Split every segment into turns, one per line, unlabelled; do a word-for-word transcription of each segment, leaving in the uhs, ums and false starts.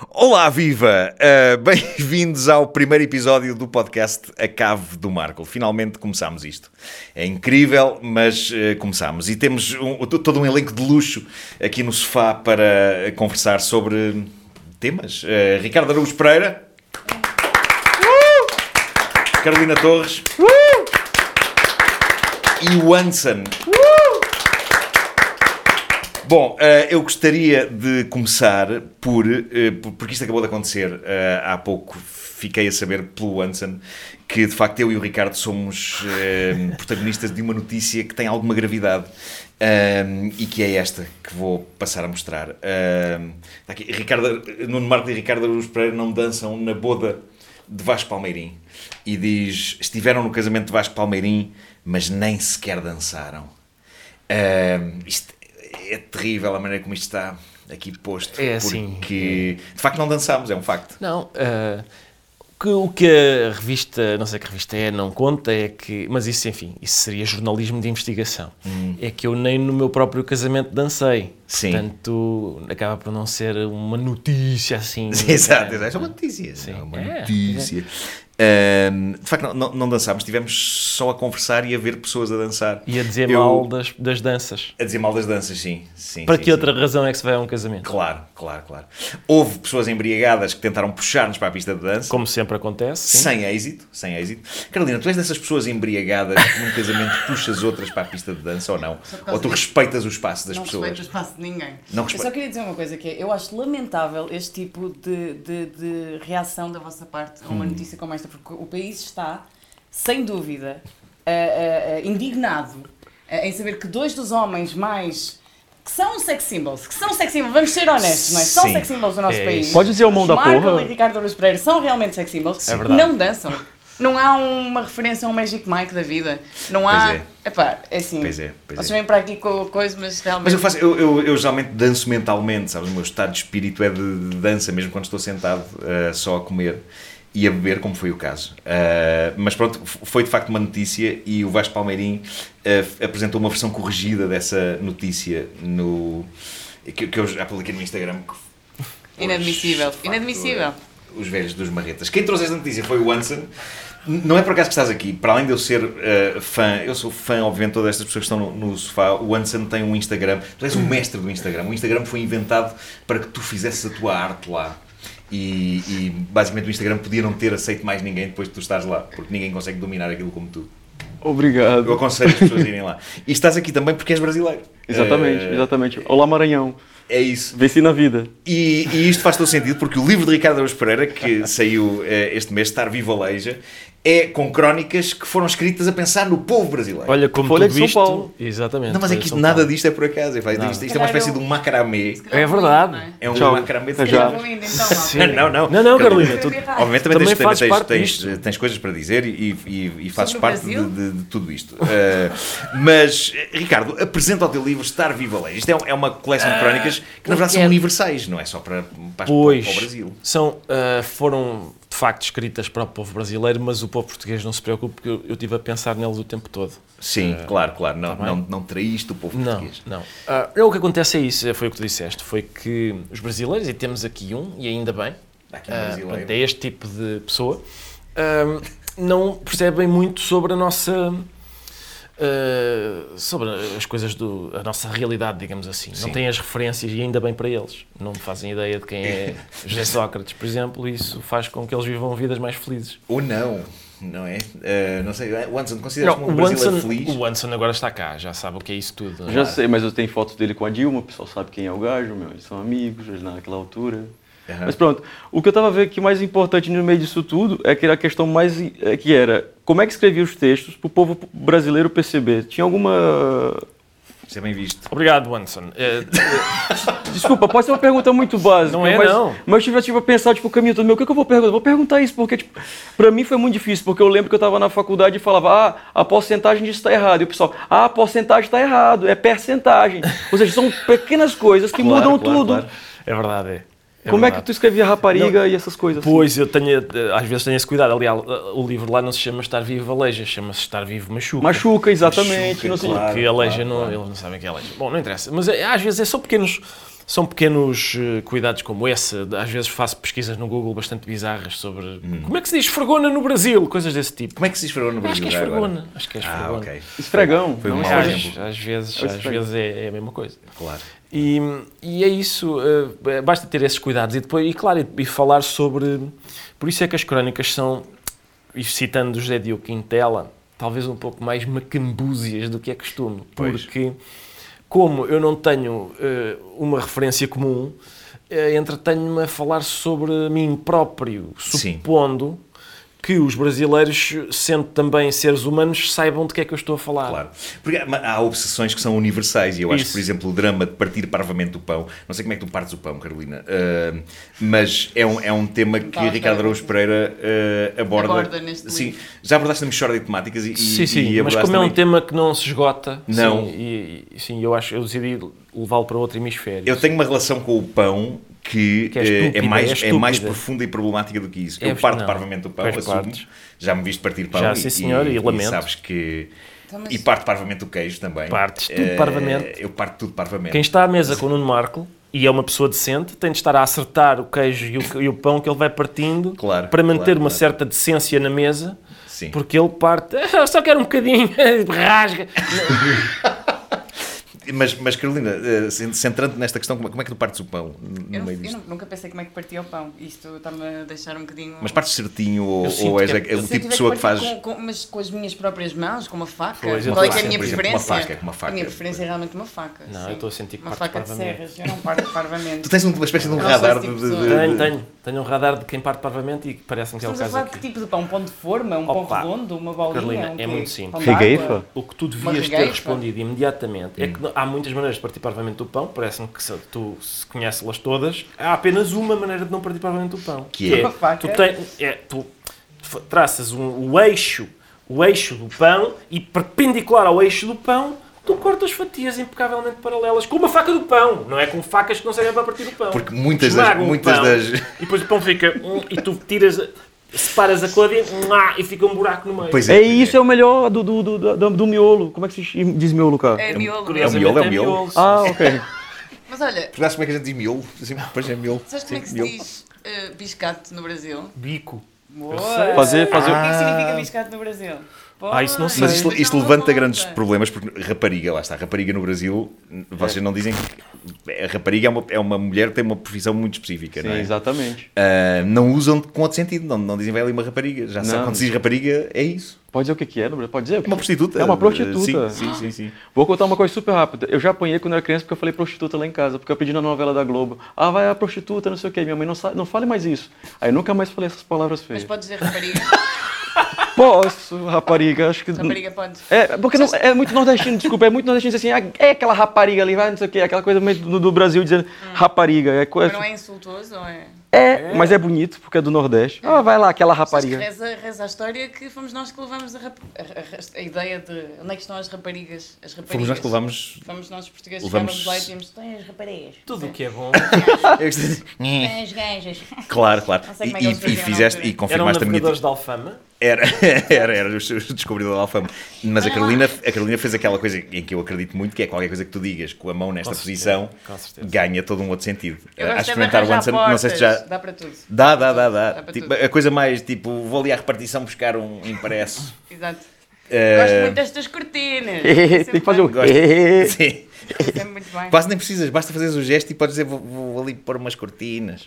Olá, viva! Uh, bem-vindos ao primeiro episódio do podcast A Cave do Marco. Finalmente começámos isto. É incrível, mas uh, começámos. E temos um, todo um elenco de luxo aqui no sofá para conversar sobre temas. Uh, Ricardo Araújo Pereira. Uh! Carolina Torres. Uh! E o Anson. Bom, eu gostaria de começar por, porque isto acabou de acontecer há pouco, fiquei a saber pelo Anson que de facto eu e o Ricardo somos protagonistas de uma notícia que tem alguma gravidade e que é esta que vou passar a mostrar. Aqui, Ricardo, Nuno Marco e Ricardo Araújo Pereira não dançam na boda de Vasco Palmeirim e diz, estiveram no casamento de Vasco Palmeirim, mas nem sequer dançaram. Isto é terrível a maneira como isto está aqui posto.
É assim.
Porque, é. de facto, não dançámos, é um facto.
Não, uh, que, o que a revista, não sei que revista é, não conta, é que... Mas isso, enfim, isso seria jornalismo de investigação. Hum. É que eu nem no meu próprio casamento dancei.
Sim.
Portanto, acaba por não ser uma notícia assim.
Sim, exato, é uma notícia.
Sim.
É uma
é,
notícia.
É.
Uh, de facto, não, não, não dançámos, estivemos só a conversar e a ver pessoas a dançar.
E a dizer
eu...
mal das, das danças.
A dizer mal das danças, sim. sim
Para
sim,
que
sim.
outra razão é que se vai a um casamento?
Claro, claro, claro. Houve pessoas embriagadas que tentaram puxar-nos para a pista de dança.
Como sempre acontece. Sim.
Sem êxito, sem êxito. Carolina, tu és dessas pessoas embriagadas que num casamento puxas outras para a pista de dança ou não? Ou tu respeitas o espaço das
não
pessoas?
Não respeito o espaço de ninguém.
Não
respe... Eu só queria dizer uma coisa, que é, eu acho lamentável este tipo de, de, de reação da vossa parte a uma hum. notícia como esta, porque o país está, sem dúvida, uh, uh, uh, indignado uh, em saber que dois dos homens mais... que são sex symbols, que são sex symbols, vamos ser honestos, não é? São
Sim.
sex symbols do nosso
é
país.
Pode dizer o mão da
Marco
porra?
e Ricardo Araújo Pereira são realmente sex symbols,
é verdade.
Não dançam. Não há uma referência a um Magic Mike da vida. Não há...
Pois é.
Epá, é assim.
Pois é, pois
Vocês
é.
vêm para aqui com coisa, mas realmente...
Mas eu, faço, eu, eu, eu geralmente danço mentalmente, sabes? O meu estado de espírito é de, de dança, mesmo quando estou sentado uh, só a comer e a beber, como foi o caso. Uh, mas pronto, foi de facto uma notícia e o Vasco Palmeirim uh, apresentou uma versão corrigida dessa notícia no, que, que eu já publiquei no Instagram.
Inadmissível,
Pois,
inadmissível.
Facto, os velhos dos marretas. Quem trouxe esta notícia foi o Anson. Não é por acaso que estás aqui, para além de eu ser uh, fã, eu sou fã, obviamente, de todas estas pessoas que estão no, no sofá. O Anson tem um Instagram, tu és o mestre do Instagram. O Instagram foi inventado para que tu fizesses a tua arte lá. E, e basicamente o Instagram podia não ter aceito mais ninguém depois de tu estares lá, porque ninguém consegue dominar aquilo como tu.
Obrigado.
Eu aconselho as pessoas a irem lá. E estás aqui também porque és brasileiro.
Exatamente, uh, exatamente. Olá, Maranhão.
É isso.
Venci na vida.
E, e isto faz todo sentido porque o livro de Ricardo Araújo Pereira, que saiu uh, este mês, Estar Vivo Aleija, é com crónicas que foram escritas a pensar no povo brasileiro.
Olha como
Folha
tudo
de São
isto...
Paulo.
Exatamente.
Não, mas é que isto, nada disto é por acaso. É, isto, isto é uma espécie de um macramê.
É verdade.
É um
Tchau.
macramê de
Já.
Vou indo, então, malta.
Não, não.
Não, não, Carolina. Tu...
Obviamente também,
Também
tens,
fazes
tens,
parte
tens,
disto.
tens coisas para dizer e, e, e fazes
Sobre o
parte de,
Brasil?
de, de tudo isto. Uh, mas, Ricardo, apresenta o teu livro Estar Vivo Aleija. Isto é, é uma coleção de crónicas que na verdade são
quero.
universais, não é só para, para,
Pois,
para o Brasil.
São, uh, foram de facto escritas para o povo brasileiro, mas o povo português não se preocupe, porque eu, eu estive a pensar neles o tempo todo.
Sim, uh, claro, claro. Não,
tá
não, não traíste o povo
não,
português.
Não, não. Uh, o que acontece é isso, foi o que tu disseste, foi que os brasileiros, e temos aqui um, e ainda bem,
Aqui um
uh,
brasileiro.
portanto, é este tipo de pessoa, uh, não percebem muito sobre a nossa... Uh, sobre as coisas do a nossa realidade, digamos assim.
Sim.
Não têm as referências e ainda bem para eles. Não fazem ideia de quem é José Sócrates, por exemplo, e isso faz com que eles vivam vidas mais felizes.
Ou não, não é? Uh, não sei, o Anson, consideras
Não,
como um
o,
brasileiro
Anson,
feliz?
o Anson agora está cá, já sabe o que é isso tudo.
Já sei, mas eu tenho fotos dele com a Dilma, o pessoal sabe quem é o gajo, meu, eles são amigos, naquela altura.
Uhum.
Mas pronto, o que eu estava vendo aqui mais importante no meio disso tudo é que era a questão mais é, que era como é que escrevia os textos para o povo brasileiro perceber. Tinha alguma...
Isso é bem visto.
Obrigado, Anson. É,
Desculpa, pode ser uma pergunta muito básica.
Não é,
mas,
não.
Mas eu tive, tive a pensar, tipo, o caminho todo meu, o que, é que eu vou perguntar? Vou perguntar isso, porque, tipo, pra mim foi muito difícil, porque eu lembro que eu estava na faculdade e falava, ah, a porcentagem disso está errado. E o pessoal, ah, a porcentagem está errado, é percentagem. Ou seja, são pequenas coisas que
Claro,
mudam
claro,
tudo.
claro.
é verdade, é. É
Como
verdade.
é que tu escrevia rapariga e essas coisas?
Pois, eu tenho, às vezes tenho esse cuidado. Aliás, o livro lá não se chama Estar Vivo Aleija, chama-se Estar Vivo Machuca.
Machuca, exatamente.
Machuca,
não sei.
claro.
Porque aleija,
claro,
não,
claro.
eles não sabem o que é aleija. Bom, não interessa. Mas é, às vezes é só pequenos, São pequenos uh, cuidados como esse. Às vezes faço pesquisas no Google bastante bizarras sobre hum. como é que se diz esfregona no Brasil, coisas desse tipo.
Como é que se diz esfregona no Brasil?
Acho que é esfregona. Acho que é esfregona.
Ah, okay.
Esfregão.
Foi, foi um
não,
mau
às,
exemplo.
às vezes, às vezes é, é a mesma coisa.
Claro.
E, e é isso. Uh, basta ter esses cuidados. E, depois, e claro, e, e falar sobre... Por isso é que as crónicas são, e citando José Diogo Quintela, talvez um pouco mais macambúzias do que é costume.
Pois.
Porque... Como eu não tenho uh, uma referência comum, uh, entretenho-me a falar sobre mim próprio, supondo Sim. que os brasileiros, sendo também seres humanos, saibam de que é que eu estou a falar.
Claro. Porque há obsessões que são universais e eu acho
Isso.
que, por exemplo, o drama de partir parvamente o pão, não sei como é que tu partes o pão, Carolina, uh, mas é um, é um tema que
Tá,
Ricardo Araújo Pereira uh, aborda.
Aborda neste
sim,
livro.
já abordaste na Mixórdia de temáticas e,
Sim, sim,
e
mas como
abordaste
é um
também...
tema que não se esgota,
Não.
Sim, e, e, sim, eu acho eu decidi levá-lo para outro hemisfério.
Eu tenho uma relação com o pão que,
Que é
eh,
estúpida,
é, mais,
é
é mais
estúpida.
profunda e problemática do que isso.
É,
eu parto
não.
parvamente o pão,
Pois
assumo.
partes.
Já me viste partir pão
Já,
e,
sim, senhor, e
e
lamento.
sabes que...
Então, mas-
E parto parvamente o queijo também.
Partes tudo
Eh,
parvamente.
Eu parto tudo parvamente.
Quem está à mesa com o Nuno Marco e é uma pessoa decente tem de estar a acertar o queijo e o, e o pão que ele vai partindo
Claro,
para manter
claro,
uma
claro.
certa decência na mesa,
Sim.
porque ele parte, "Ah, só quero um bocadinho, rasga."
Mas, mas Carolina, eh, centrando nesta questão, como como é que tu partes o pão no
Eu, não-
meio
eu
disto?
não- nunca pensei como é que partia o pão. Isto está-me a deixar um bocadinho...
Mas partes certinho ou,
Eu sinto
ou és
que é-
a-
eu
o
Se eu
tipo de
tiver
pessoa que
partir
faz...
Com, com, mas com as minhas próprias mãos, com uma faca?
Pois, eu
Qual é
estou
que é a
a
minha
por exemplo,
preferência?
uma faca, com uma faca.
A minha preferência é realmente uma faca.
Não,
sim.
eu estou a sentir que
Uma
partes
faca de
parvamente.
serras, eu não parto parvamente.
Tu tens uma espécie de um
Eu não
radar
sou
de...
esse tipo
de-
de
de-
pessoa.
Tenho, tenho, tenho um radar de quem parte parvamente e parece-me que é o
Estamos a
caso
falar de
aqui.
que tipo de pão? Um pão de forma? Um
Opa.
pão redondo? Uma bolinha?
Carolina,
um
é
quê?
muito simples.
Pão d'água?
Regueifa?
O que tu
Uma
devias ter
regueifa?
respondido imediatamente é que não- há muitas maneiras de partir parvamente o pão, parece-me que se tu se conheces-las todas, há apenas uma maneira de não partir parvamente o pão.
Que é?
Uma faca?
Tu, tem, é, tu f- traças um, o, eixo, o eixo do pão e perpendicular ao eixo do pão tu cortas fatias impecavelmente paralelas com uma faca do pão, não é com facas que não servem para partir o pão.
Porque muitas das-
Esmagam o
muitas
pão
das-
E depois o pão fica... hum, e tu tiras... Separas a códia e fica um buraco no meio.
Pois
É isso, é o melhor do, do, do, do, do miolo. Como é que se diz miolo, cara?
É miolo.
É o miolo, é o miolo.
um
Ah, ok.
Mas olha,
Perguntaste como é que a gente diz miolo? Assim, Depois é miolo.
sabes como é que se
Miolo.
diz uh, biscate no Brasil?
Bico.
Boa!
sei.
Fazer- fazer-
O que é que significa biscate no Brasil?
Ah, isso não sei.
Mas isto,
Pois,
isto
não
levanta
conta.
grandes problemas, porque rapariga, lá está, rapariga no Brasil, vocês não dizem que a rapariga é uma, é uma mulher que tem uma profissão muito específica,
Sim,
não é?
exatamente.
Ah, não usam com outro sentido, não, não dizem vai ali uma rapariga, já sabe,
Não.
quando se diz rapariga é isso,
Pode dizer o que que é, não? Pode dizer?
é uma prostituta.
É uma prostituta.
Sim, sim, sim. sim.
Vou contar uma coisa super rápida. Eu já apanhei quando era criança porque eu falei prostituta lá em casa, porque eu pedi na novela da Globo. Ah, vai a prostituta, não sei o quê. Minha mãe não, sa- não fale mais isso. Aí eu nunca mais falei essas palavras
Mas
feias.
pode dizer rapariga?
Posso, rapariga, acho que...
Rapariga pode.
É, porque não, é muito nordestino, desculpa, é muito nordestino dizer assim, ah, é aquela rapariga ali, vai, não sei o quê, aquela coisa meio do, do Brasil dizendo rapariga. É,
Mas
coisa,
não é insultuoso ou é?
é, mas é bonito porque é do Nordeste. Ah, vai lá, aquela
Sabes que
rapariga.
reza, reza a história que fomos nós que levamos a, rap... a, a- a ideia de onde é que estão as raparigas. As raparigas.
Fomos nós que levámos.
Fomos nós os portugueses,
Levamos-
chegávamos lá e tínhamos, tem as raparigas.
Tudo o que é bom.
Eu gostei de-
Tem as gajas.
Claro, claro.
Não sei como é
E,
que eles
e- e
faziam na
fizeste
altura.
e
Eram
confirmaste a minha.
navegadores de Alfama.
Era, era, era o descobridor da Alfama. Mas a
Olha
Carolina,
lá.
a Carolina fez aquela coisa em que eu acredito muito, que é qualquer coisa que tu digas com a mão nesta
Com certeza,
posição,
com certeza.
ganha todo um outro sentido.
Eu
a
gosto é de
experimentar o
arranjar
Anson, não sei se já.
portas. Dá para tudo.
Dá, dá, dá, dá.
Dá para
Tipo,
tudo.
a coisa mais tipo, vou ali à repartição buscar um impresso.
Exato.
Eh,
Gosto muito destas cortinas.
Tem que fazer o...
Gosto. Sim.
Sempre muito bem.
Quase nem precisas, basta fazeres o gesto e podes dizer vou, vou ali pôr umas cortinas.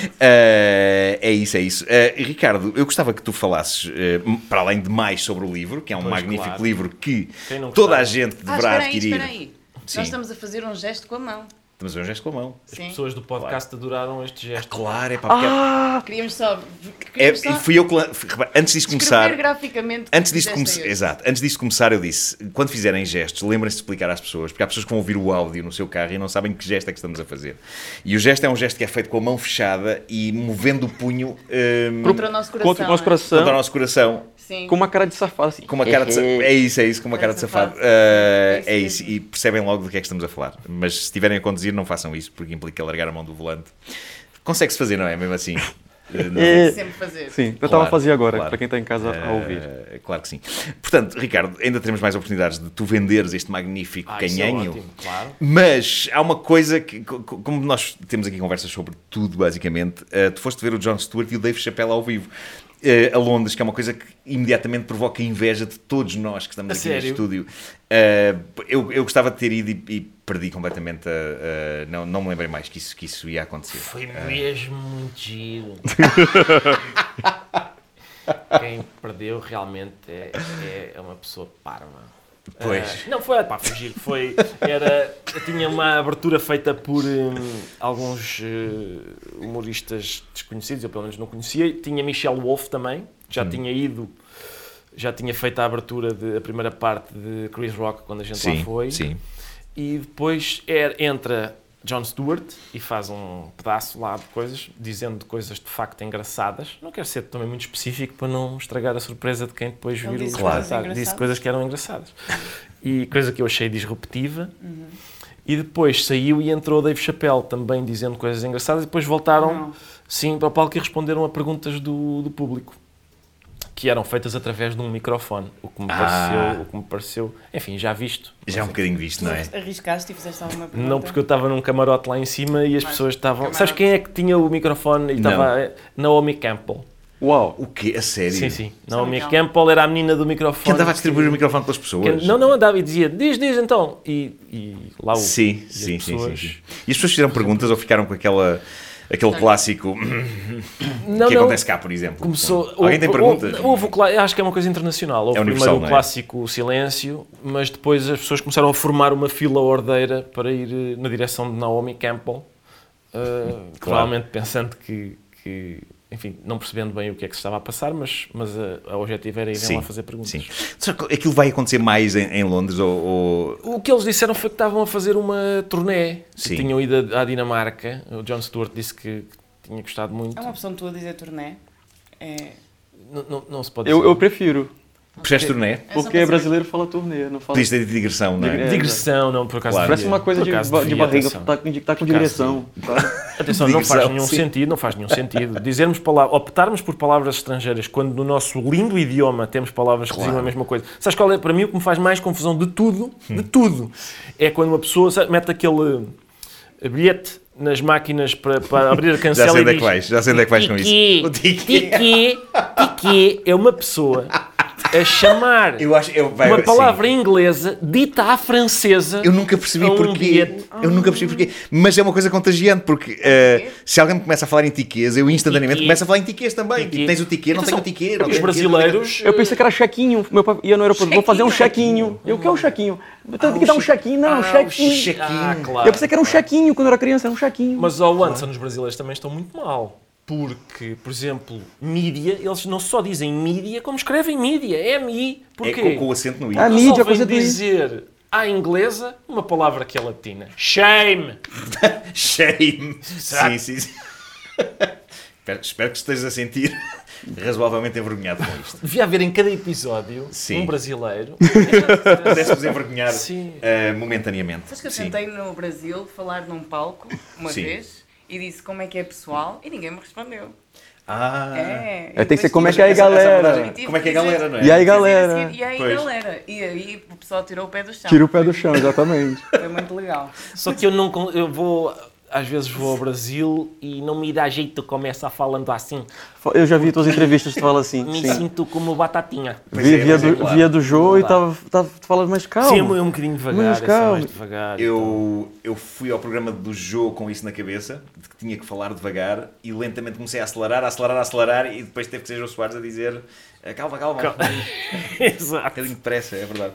Eh, é isso, é isso. Eh, Ricardo, eu gostava que tu falasses, eh, para além de mais sobre o livro, que é um
Pois,
magnífico
claro.
livro que
Quem não
toda
gostava?
a gente
Ah,
deverá
espera aí,
adquirir.
espera aí.
Sim.
Nós estamos a fazer um gesto com a mão.
Estamos a ver um gesto com a mão.
As
Sim.
pessoas do podcast adoraram este gesto.
Claro, é para porque
Ah,
Queríamos só...
é,
Queríamos
e
só
fui eu que lan- repara, antes disto começar.
descrever graficamente o
Antes
que
disto,
fizeste
come...
aí hoje.
Exato. Antes disto começar, eu disse: quando fizerem gestos, lembrem-se de explicar às pessoas, porque há pessoas que vão ouvir o áudio no seu carro e não sabem que gesto é que estamos a fazer. E o gesto é um gesto que é feito com a mão fechada e movendo o punho hum,
Contra o nosso coração.
contra o nosso
é?
coração,
contra o nosso coração.
Sim.
com uma cara de safado, assim.
Com uma cara de sa- É isso, é isso, com uma cara de safado.
Safado.
Uh,
É
é
isso
isso, e percebem logo do que é que estamos a falar. Mas se estiverem a conduzir, não façam isso, porque implica largar a mão do volante. Consegue-se fazer, não é? Mesmo assim. Não.
É,
Sempre fazer.
sim, eu estava
Claro,
a fazer agora,
claro.
para quem está em casa a ouvir.
Uh, claro que sim. Portanto, Ricardo, ainda teremos mais oportunidades de tu venderes este magnífico
Ah, isso é
canhenho.
ótimo, claro.
Mas há uma coisa que, co- como nós temos aqui conversas sobre tudo, basicamente, uh, tu foste ver o Jon Stewart e o Dave Chappelle ao vivo. Uh, a Londres, que é uma coisa que imediatamente provoca inveja de todos nós que estamos
A
aqui
sério?
neste estúdio. Uh, eu, eu gostava de ter ido e, e perdi completamente a, a- não, não me lembrei mais que isso, que isso ia acontecer.
Foi mesmo muito giro. Quem perdeu realmente é, é- é uma pessoa parva.
Pois.
Ah, não, foi, pá, foi giro. Foi, era, tinha uma abertura feita por hum, alguns eh, humoristas desconhecidos, eu pelo menos não conhecia. Tinha Michelle Wolf também, já
Hum.
tinha ido, já tinha feito a abertura da primeira parte de Chris Rock quando a gente
Sim,
lá foi.
sim.
E depois é, entra Jon Stewart e faz um pedaço lá de coisas, dizendo coisas de facto engraçadas. Não quero ser também muito específico para não estragar a surpresa de quem depois
Ele
vir o
disse
Claro.
coisas
espetáculo. Disse
engraçadas.
coisas que eram engraçadas. E coisa que eu achei disruptiva. E depois saiu e entrou o Dave Chappelle também dizendo coisas engraçadas e depois voltaram
Não.
sim para o palco e responderam a perguntas do, do público. Que eram feitas através de um microfone. O que me
Ah.
pareceu, o que me pareceu, enfim, já visto.
Já é um bocadinho visto, não é?
Arriscaste e fizeste alguma pergunta?
Não, porque eu estava num camarote lá em cima e as
Mas,
pessoas estavam...
camarote.
Sabes quem é que tinha o microfone e
Não.
estava? Naomi Campbell.
Uau!
O quê? A sério?
Sim, sim.
Só
Naomi
legal.
Campbell era a menina do microfone.
Que andava a distribuir o microfone pelas pessoas.
Que- Não, não andava e dizia, diz, diz então. E, e lá o...
Sim,
e as
sim, sim, sim,
pessoas-
sim. E as pessoas fizeram perguntas ou ficaram com aquela, aquele clássico
Não,
que
não.
acontece cá, por exemplo?
Começou,
Alguém tem
houve-
perguntas?
Houve, houve o clá- acho que é uma coisa internacional. Houve
É
primeiro
universal,
o
não é?
clássico silêncio, mas depois as pessoas começaram a formar uma fila ordeira para ir eh, na direção de Naomi Campbell, eh, provavelmente pensando que, que, enfim, não percebendo bem o que é que se estava a passar, mas, mas a, a objetivo era irem
Sim,
lá fazer perguntas.
sim. Será que aquilo vai acontecer mais em, em Londres? Ou, ou-
O que eles disseram foi que estavam a fazer uma turnê,
Sim.
que tinham ido à Dinamarca. O Jon Stewart disse que, que tinha gostado muito.
É uma opção tua dizer turnê? É...
Não, não, não se pode
Eu,
dizer.
eu prefiro,
Preferes turnê?
É só
porque
para saber.
brasileiro fala turnê, não fala...
Podias ter de digressão, não é?
Digre-
Digressão, não, por acaso.
Claro.
Parece
devia.
uma coisa
Por
de,
acaso
ba- de
devia,
barriga,
atenção.
tá, com- tá com
Por acaso
direção. sabe?
Atenção, não faz
Digressão,
nenhum
sim.
sentido, não faz nenhum sentido. Dizermos palavras, optarmos por palavras estrangeiras quando no nosso lindo idioma temos palavras que dizem a mesma coisa. Sabes qual é, para mim, o que me faz mais confusão de tudo, de tudo, é quando uma pessoa sabe, mete aquele eh, bilhete nas máquinas para, para abrir a
Já
cancela
sei
e
onde é que
diz,
vais, já sei onde é que vais com isso.
Tiquê,
O tiquê.
tiquê, tiquê é uma pessoa a chamar
Eu acho, eu, vai,
uma
sim.
palavra inglesa dita à francesa.
Eu nunca percebi
a um
porquê.
bilhete.
Eu nunca percebi porquê. Mas é uma coisa contagiante, porque eh, se alguém me começa a falar em tiquês, eu instantaneamente
Tiquê.
começo a falar em tiquês também.
Tiquê.
Tipo, tens o tiquê, não tenho o
Atenção,
tiquê. Não
os
tenho o tiquê, não tenho-
brasileiros...
Eu pensei que era chequinho. Meu pai ia no aeroporto, vou fazer um chequinho. Eu quero um chequinho. Eu tenho que dar um chequinho, não, um chequinho.
chequinho.
Ah, claro.
Eu pensei que era um chequinho quando eu era criança, era um chequinho.
Mas ao Anderson, os brasileiros também estão muito mal. Porque, por exemplo, mídia, eles não só dizem mídia, como escrevem mídia. M I.
É
Porquê?
com, com o acento no i.
Ah, mídia,
Resolvem
coisa do i.
dizer à inglesa uma palavra que é latina. Shame.
Shame.
Será?
Sim, sim, sim. espero, espero que estejas a sentir razoavelmente envergonhado com isto.
Devia haver em cada episódio
Sim.
um brasileiro.
Pudéssemos envergonhar
Sim.
eh, momentaneamente.
Sabes que eu
Sim.
tentei no Brasil falar num palco uma
Sim.
vez e disse como é que é pessoal e ninguém me respondeu.
Ah,
É,
É, tem que ser
e depois
como é
tive-
que é aí,
essa- essa
galera?
abordagem.
tive
Como é que é
que dizer-
galera, não é?
E aí,
dizer
galera?
assim, E aí,
Pois.
galera? E aí o pessoal tirou o pé do chão.
Tira o pé do chão, exatamente.
Foi muito legal.
Só que eu não con- eu vou às vezes vou ao Brasil e não me dá jeito, começar falando assim.
Eu já vi tuas entrevistas que tu fala assim.
Me
Sim.
sinto como batatinha.
Pois
Vi,
é,
via,
pois é,
do,
claro.
via do jogo e
Lá.
tava, tava, tu falas mais calmo.
Sim, é um bocadinho devagar,
Mas
é só
calma.
mais devagar.
Eu, eu fui ao programa do jogo com isso na cabeça, de que tinha que falar devagar, e lentamente comecei a acelerar, a acelerar, a acelerar, e depois teve que ser o Soares a dizer "Ah, calma, calma,
Calma.
um
Exato.
bocadinho de pressa, é verdade.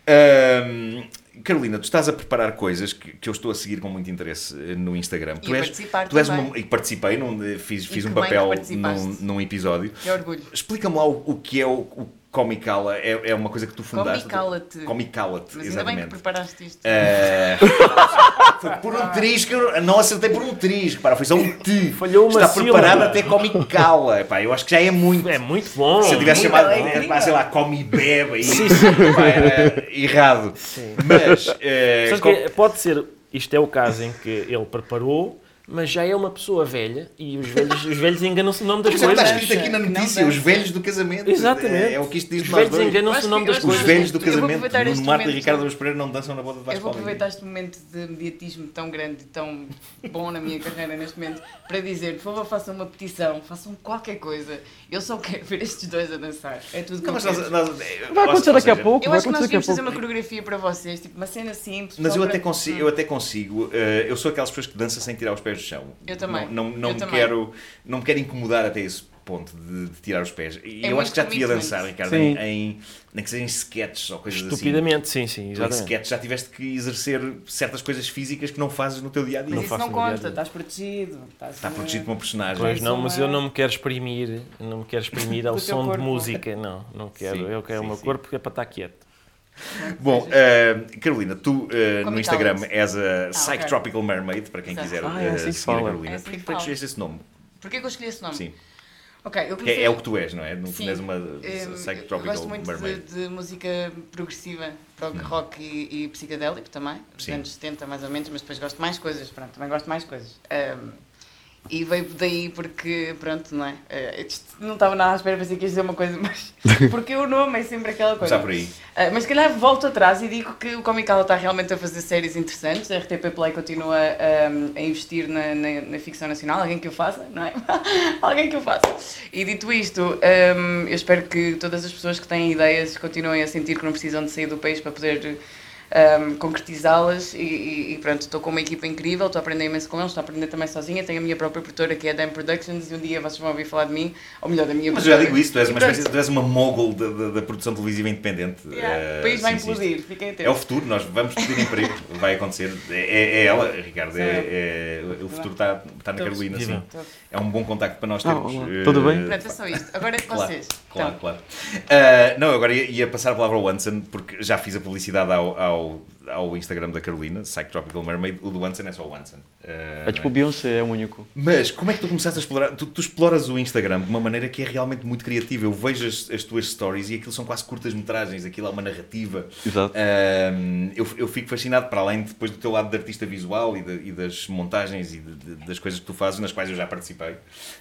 Ahm, Carolina, tu estás a preparar coisas que, que eu estou a seguir com muito interesse eh, no Instagram.
E
tu
a
és,
participar
tu és
também.
uma- e participei, num, eh, fiz, fiz
E
um
que bem que
papel
participaste.
num, num episódio.
Que orgulho.
Explica-me lá o, o que é o, o Comicala. É, é uma coisa que tu fundaste?
Comicala-te.
Comicala-te,
Mas ainda bem que
exatamente.
preparaste isto.
Eh, foi por um trisco, não acertei por um trisco, para, foi só um T.
Falhou uma
Está
sílaba.
preparado até Comicala. Pá, eu acho que já é muito.
É muito bom.
Se eu tivesse
incrível,
chamado,
é incrível.
pá, sei lá, Come Bebe, aí, pá, era errado. Mas, eh,
Sabes
com-
que pode ser, isto é o caso em que ele preparou, mas já é uma pessoa velha e os velhos, os velhos enganam-se no nome das
Mas já
coisas.
está escrito aqui na notícia, os velhos do casamento.
Exatamente.
É, é o que isto diz
Os
de nós
velhos
dois.
enganam-se no nome das
Os
coisas.
Os velhos do
Eu vou
casamento,
aproveitar
Nuno
este
Marta e
momento.
Ricardo Araújo Pereira não dançam na boda de
Eu
Vasco
vou
Palmeiras.
aproveitar este momento de mediatismo tão grande e tão bom na minha carreira neste momento para dizer, por favor, façam uma petição, façam qualquer coisa. Eu só quero ver estes dois a dançar. É tudo que
Não,
eu
mas
quero.
nós- nós-
Vai acontecer
ou
daqui a
seja,
pouco,
Eu
vai
acho que nós
acontecer daqui a
devíamos fazer
pouco.
uma coreografia para vocês, tipo uma cena simples.
Mas
só
eu
para-
até consigo, eu até consigo eh, eu sou aquelas pessoas que dançam sem tirar os pés do chão.
Eu também.
Não, não, não
Eu
me
também.
quero, não me quero incomodar até esse ponto de, de tirar os pés. E
É
eu acho que já
muito
devia
commitment.
dançar, Ricardo,
Sim.
em, em, nem que sejam em sketches ou coisas
Estupidamente, sim, sim,
assim. Tu em
exatamente.
sketches já tiveste que exercer certas coisas físicas que não fazes no teu dia a dia.
Mas
Não
isso
faço
não
no dia a
conta,
dia.
estás protegido. Estás
Está protegido por uma personagem.
Pois não, mas eu
uma-
não me quero exprimir, não me quero exprimir ao
Com o teu
som de
corpo.
música, não, não quero.
Sim,
eu quero
sim,
o meu
sim.
corpo que é para estar quieto.
Bom, eh, Carolina, tu eh,
Como
no
e
Instagram
talent.
és a Psych
ok.
Tropical Mermaid, para quem
Exato.
quiser
Ah, é
eh,
assim que
seguir
fala.
a Carolina.
É assim
Porquê
que
que tu
fala.
escolheste esse nome?
Porquê que eu escolhi esse nome?
Sim.
Ok, eu
Que
comecei...
é, é o que tu és, não é? Não
Sim.
és uma
Eh,
Psych
eu
Tropical
gosto muito de,
Mermaid.
de música progressiva, prog rock e, e psicadélico também, dos
Sim.
anos setenta mais ou menos, mas depois gosto de mais coisas, pronto, também gosto de mais coisas. Ahm, e veio daí porque, pronto, não é? Eh, isto não estava nada à espera, pensei que ia dizer uma coisa, mas porque o nome é sempre aquela coisa.
Começar por aí.
Ah, mas se calhar volto atrás e digo que o Comical está realmente a fazer séries interessantes, a R T P Play continua ahm, a investir na, na, na ficção nacional, alguém que o faça, não é? Alguém que o faça. E dito isto, ahm, eu espero que todas as pessoas que têm ideias continuem a sentir que não precisam de sair do país para poder ahm, concretizá-las e, e, e pronto, estou com uma equipa incrível, estou a aprender imenso com eles, estou a aprender também sozinha, tenho a minha própria produtora que é a Dam Productions e um dia vocês vão ouvir falar de mim, ou melhor, da minha
Mas eu já
produtora.
digo isso, tu és
E
uma,
pronto.
espécie, tu és uma mogul da, da, da produção televisiva independente.
Yeah,
Eh,
o país vai
sim, sim,
implodir,
isto
fiquem atentos.
É o futuro, nós vamos pedir emprego, vai acontecer. É, é- é ela, Ricardo, é, é- o futuro está, está na
Todos.
Carolina, sim.
Viva.
Todos.
É um bom contacto para nós
Ah,
termos.
olá.
eh,
Tudo bem?
Pronto, é só isto. Agora é com
Claro,
vocês.
claro,
Então,
claro. Ah, não, agora ia, ia passar a palavra ao Anson, porque já fiz a publicidade ao, ao, ao Instagram da Carolina, Psych Tropical Mermaid. O do Anson é só o Anson. Ah,
É tipo
não
o Beyoncé, é o único.
Mas como é que tu começaste a explorar? Tu, tu exploras o Instagram de uma maneira que é realmente muito criativa. Eu vejo as, as tuas stories e aquilo são quase curtas-metragens, aquilo é uma narrativa.
Exato.
Ahm, eu, eu fico fascinado, para além de, depois do teu lado de artista visual e, de- e das montagens e de- de- das coisas que tu fazes, nas quais eu já participei.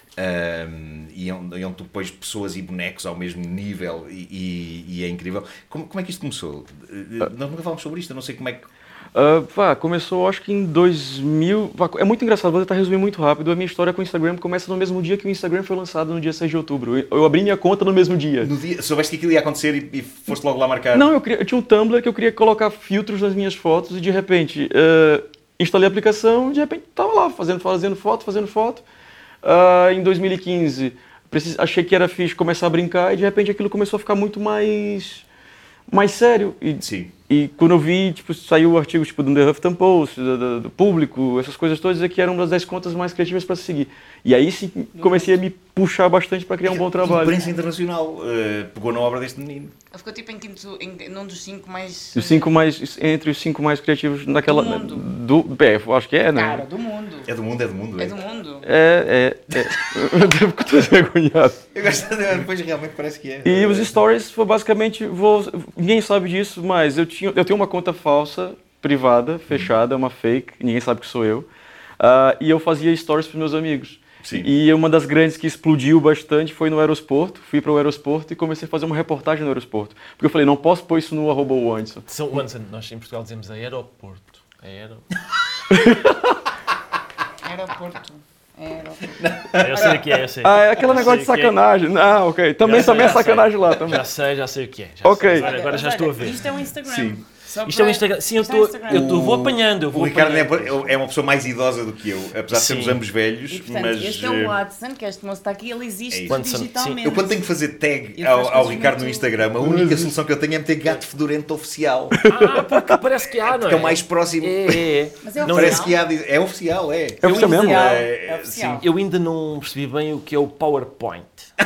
Ahm, e onde, e onde tu pões pessoas e bonecos ao mesmo nível e, e- e é incrível. Como, como é que isto começou? Eh, Nós nunca falamos sobre isto, eu não sei como é que.
Ah, pá, começou acho que em dois mil. Pá, é muito engraçado, vou tentar resumir muito rápido. A minha história com o Instagram começa no mesmo dia que o Instagram foi lançado, no dia seis de outubro. Eu, eu abri minha conta no mesmo dia.
No dia, soubeste que aquilo ia acontecer e, e foste logo lá marcar?
Não, eu, queria, eu tinha um Tumblr que eu queria colocar filtros nas minhas fotos e de repente ah, instalei a aplicação e de repente tava lá fazendo, fazendo foto, fazendo foto. Ah, em dois mil e quinze precis- achei que era fixe começar a brincar e de repente aquilo começou a ficar muito mais, mais sério. E,
Sim.
e quando eu vi, tipo, saiu artigos tipo, do The Huffington Post, do, do, do Público, essas coisas todas, que eram uma das dez contas mais criativas para seguir. E aí sim comecei a me puxar bastante para criar um bom trabalho.
A imprensa internacional eh, pegou na obra deste menino.
ele ficou tipo em quinto, em, num dos cinco mais...
Os cinco mais, entre os cinco mais criativos naquela.
Do mundo.
Do, é, eu acho que é, né?
Cara, do mundo.
É do mundo, é do mundo.
É do mundo.
É, é, é. Eu devo que estou envergonhado.
Eu gosto de, depois realmente parece que é.
E os stories foi basicamente, vou, ninguém sabe disso, mas eu, tinha, eu tenho uma conta falsa, privada, fechada, uma fake, ninguém sabe que sou eu, uh, e eu fazia stories para meus amigos.
Sim.
E uma das grandes que explodiu bastante foi no aeroporto, fui para o aeroporto e comecei a fazer uma reportagem no aeroporto. Porque eu falei, não posso pôr isso no arroba o Anderson.
São Wanson, nós em Portugal dizemos aeroporto. Aero...
Aeroporto. Aeroporto.
Eu sei o que é, eu sei.
Ah, é aquele
Eu
negócio de
sei o que é.
sacanagem. Ah, ok. Também,
Já sei,
também é
já sei.
sacanagem lá também.
Já sei, já sei o que é. Já
Ok.
sei. Agora, agora já
Olha,
estou a ver.
Isto é um Instagram.
Sim.
Só
Isto é um
para-
Instagram. Sim, eu
isto é um
estou,
Instagram.
eu estou, vou apanhando, eu vou
O Ricardo é,
apanhando.
é uma pessoa mais idosa do que eu, apesar de sermos
Sim.
ambos velhos,
E, portanto,
mas
este é
eh,
o Watson, que este moço está aqui, ele existe
É isso.
Watson, sim.
digitalmente.
eu quando tenho que fazer tag
Ele
ao,
faz
ao
coisas
Ricardo no
muito-
Instagram, a única solução que eu tenho é meter gato fedorento oficial,
Ah, porque parece que há, não
que é
é?
o mais próximo.
É, é, é.
Mas é
Não,
Parece
oficial?
que há, é oficial, é.
É oficial mesmo?
oficial.
É,
É oficial.
sim.
Eu ainda não percebi bem o que é o PowerPoint.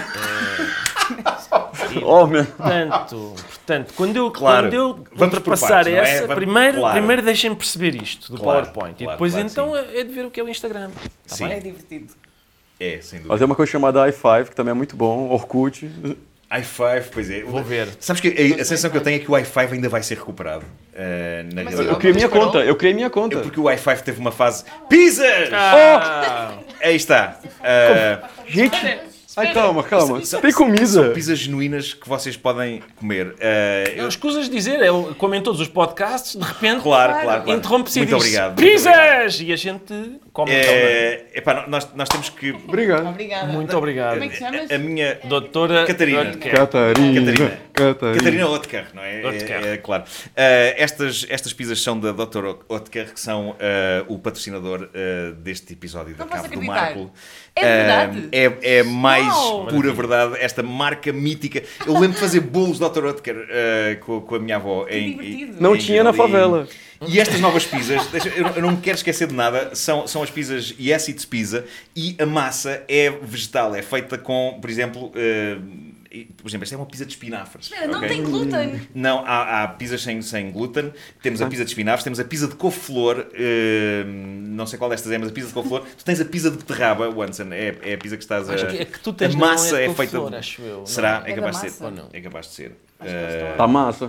Oh, meu.
Portanto, portanto quando eu,
Claro.
quando eu
Vamos por
ultrapassar
partes, não é?
essa,
Vamos-
primeiro,
claro.
primeiro deixem-me perceber isto do
Claro,
PowerPoint. e
claro,
depois
claro,
então
sim.
é de ver o que é o Instagram. Tá
Sim.
É divertido.
É, sem dúvida.
Fazer uma coisa chamada i cinco, que também é muito bom, Orkut.
i cinco, pois é.
Vou ver.
Sabes que a, a sensação que eu tenho é que o i cinco ainda vai ser recuperado. Uh, na
Mas
realidade.
Eu criei minha conta, eu criei minha conta.
É porque o i cinco teve uma fase... Pizzas!
Ah,
Aí está. Uh,
Gente, ai calma, calma.
são-
Tem
São
comida.
pizzas genuínas que vocês podem comer. Uh, eu-
não escusas de dizer, ele, como em todos os podcasts, de repente
Claro, claro, claro.
interrompe-se e
Muito
diz
obrigado. muito obrigado.
pizzas! E a gente come.
É, epá, nós, nós temos que...
Obrigado.
Obrigada.
Muito obrigado.
Como é que te chamas?
A, a minha...
Doutora
Catarina.
Oetker.
Catarina.
Catarina.
Catarina.
Catarina Oetker, não é?
Oetker.
É, é claro. Uh, estas, estas pizzas são da doutora Oetker, que são uh, o patrocinador uh, deste episódio da
Não posso
Cave do
acreditar.
Marco.
É verdade?
Uh, é, é mais
Uau.
pura verdade, esta marca mítica. Eu lembro de fazer bolos doutora Oetker uh, com, com a minha avó.
Que
em,
divertido.
Não
em-
tinha na
em-
favela.
E estas novas pizzas, deixa- eu, eu não me quero esquecer de nada, são, são as pizzas Yes It's Pizza e a massa é vegetal, é feita com, por exemplo, uh, e, por exemplo, esta é uma pizza de espinafres.
Espera, não
ok?
tem glúten.
Não, há, há pizzas sem, sem glúten, temos a pizza de espinafres, temos a pizza de couve-flor, uh, não sei qual destas é, mas a pizza de couve-flor. Tu tens a pizza de beterraba, Wanson, é, é a pizza que estás a...
Acho que, é que tu tens
a
não
massa
é,
é
de
feita...
couve-flor,
de-
acho eu. não
Será?
é?
É
É da
capaz de ser.
massa?
Ou não?
É capaz de ser.
Acho que eles
Uh,
estão-
Tá massa.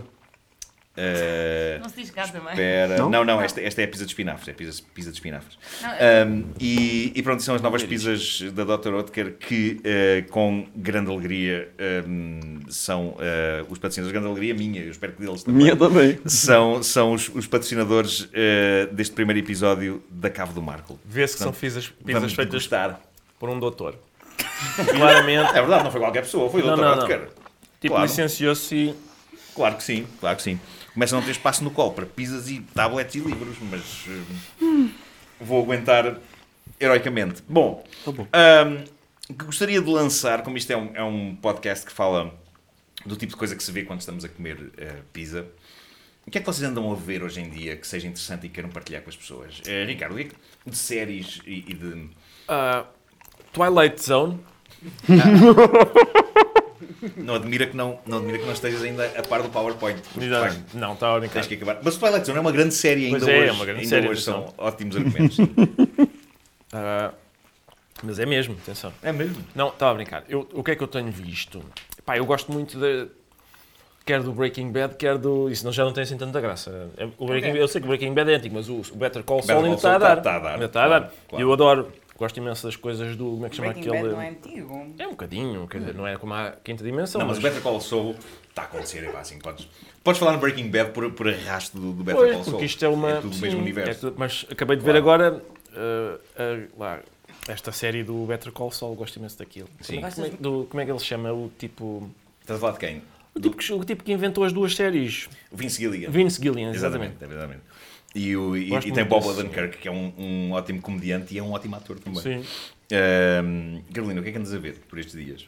uh,
Não se diz cá também.
Espera.
Não?
Não, não, esta, esta é a pizza de espinafres. É a pizza, pizza de espinafres.
Não, é-
Um, e, e pronto, são as novas pizzas da doutora Oetker que, uh, com grande alegria, um, são uh, os patrocinadores. Grande alegria minha, eu espero que deles também.
Minha também.
São, são os, os patrocinadores uh, deste primeiro episódio da Cave do Marco.
Vê-se que são
Portanto,
pizzas,
Vamos
pizzas feitas
degustar.
por um doutor. Claramente.
É verdade, não foi qualquer pessoa, foi o
Não,
doutor
não, não.
Oetker.
Tipo,
Claro.
licenciou-se e...
Claro que sim, claro que sim. Começa a não ter espaço no colo para pizzas e tablets e livros, mas uh, vou aguentar heroicamente. Bom,
Tá bom.
um, que gostaria de lançar, como isto é um, é um podcast que fala do tipo de coisa que se vê quando estamos a comer uh, pizza, o que é que vocês andam a ver hoje em dia que seja interessante e queiram partilhar com as pessoas? Uh, Ricardo, o que é que- de séries e, e de...
Ah, Twilight Zone.
Não admira que não, não admira que não estejas ainda a par do PowerPoint. porque, de facto,
Não, estava a brincar.
tens que acabar. Mas o Twilight Zone é uma grande série ainda
Pois é,
hoje.
é uma grande
ainda
série,
hoje são
atenção.
ótimos argumentos.
Ah, mas é mesmo, atenção.
É mesmo?
Não, estava a brincar. Eu, o que é que eu tenho visto? Pá, eu gosto muito de... Quer do Breaking Bad, quer do... Isso não, já não tem assim tanta graça. É- O Breaking,
Ok.
Eu sei que o Breaking Bad é antigo, mas o, o Better Call
Better
Saul
Call
ainda está a
Saul
dar.
está- está a dar,
Ainda está a
claro,
dar.
claro.
Eu adoro. Gosto imenso das coisas do... Como é que se chama
Breaking
aquele...
Bad não é antigo.
É um bocadinho, quer dizer, não é como a quinta dimensão.
Não, mas o Better Call Saul está a acontecer. É pá, assim, podes, podes falar no Breaking Bad por, por arrasto do, do Better
Pois,
Call Saul.
porque isto é uma...
É tudo do mesmo
sim,
universo.
é tudo- mas acabei de
Claro.
ver agora uh, uh, lá, esta série do Better Call Saul, gosto imenso daquilo.
Sim.
Como, é, como é- do- como é que ele se chama? O tipo...
Estás a falar de quem?
O tipo, que, o tipo que inventou as duas séries.
O Vince Gilligan.
Vince Gilligan, exatamente.
Exatamente, exatamente. E, o, e,
Gosto
e tem
muito
Bob
desse.
Odenkirk, que é um, um ótimo comediante e é um ótimo ator também.
Sim.
Ahm, Carolina, o que é que andas a ver por estes dias?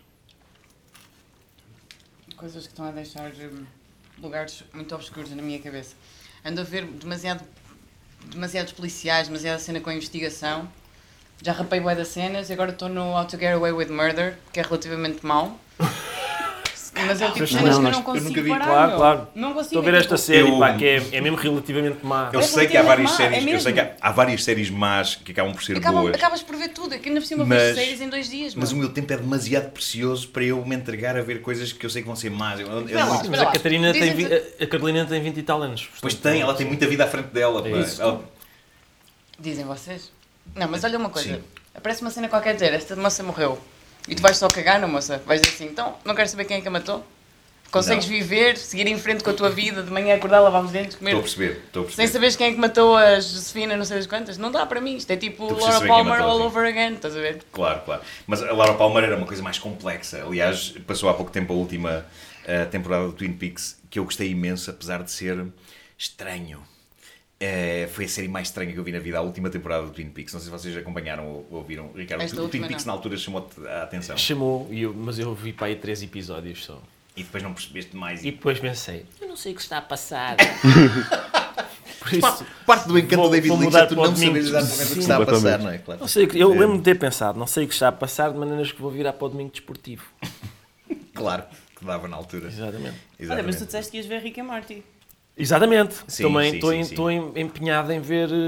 Coisas que estão a deixar hum, lugares muito obscuros na minha cabeça. Ando a ver demasiado, demasiados policiais, demasiada cena com investigação. Já rapei bué das cenas e agora estou no How to Get Away with Murder, que é relativamente mau. Mas é o tipo de
Não,
cenas que eu
não,
não
eu
consigo
nunca vi.
parar,
Claro,
meu.
claro.
Não consigo.
Estou a ver
é
esta
tipo-
série,
Eu-
pá, que é, é mesmo relativamente má.
Eu
É
sei que há várias
relativamente má,
séries,
é
eu sei que
mesmo.
há, há várias séries más que acabam por ser
Acabam-
boas.
acabas por ver tudo, aqui ainda por cima
Mas-
vejo séries em dois dias,
Mas o
meu.
meu tempo é demasiado precioso para eu me entregar a ver coisas que eu sei que vão ser más. Eu, eu-
Espera lá,
eu-
Mas
espera
a
lá.
Catarina tem,
Dizem-te-
vi- a Carolina tem vinte e tal anos.
Pois
portanto,
tem, ela tem muita vida à frente dela.
É
pá.
isso.
Ela-
Dizem vocês? Não, mas olha uma coisa.
Sim.
Aparece uma cena qualquer dizer, esta moça morreu. E tu vais só cagar na moça. Vais dizer assim, então, não quero saber quem é que a matou? Consegues
Não.
viver, seguir em frente com a tua vida, de manhã acordar, lavar os dentes, comer...
Estou a perceber, estou a
Sem
perceber.
saberes quem é que matou a Josefina, não sei das quantas. Não dá para mim. Isto é tipo
Tu precisas
Laura
saber quem
Palmer
matou,
all
sim.
over again, estás a ver?
Claro, claro. Mas a Laura Palmer era uma coisa mais complexa. Aliás, passou há pouco tempo a última eh, temporada do Twin Peaks, que eu gostei imenso, apesar de ser estranho. Eh, foi a série mais estranha que eu vi na vida, a última temporada do Twin Peaks. Não sei se vocês acompanharam ou, ou ouviram. Ricardo,
Esta
o Twin
última
Peaks
não.
na altura chamou-te a atenção.
Chamou, e eu- mas eu vi para aí três episódios só.
E depois não percebeste mais.
E depois pensei, eu não sei o que está a passar. Por
Pa-
isso,
Parte do encanto
Vou-
do David
vou
Lynch
mudar
é tu
para o
não
domingo.
saberes exatamente o que
Sim.
está a passar,
Completamente.
não é? Claro.
não sei, o que- eu lembro-me de ter pensado, não sei o que está a passar, de maneiras que vou virar para o domingo desportivo.
Claro, que dava na altura.
Exatamente.
Olha,
Exatamente.
mas tu disseste que ias ver Rick and Morty.
Exatamente.
Sim,
Também
sim,
estou
sim,
em-
sim.
estou em- empenhado em ver. eh,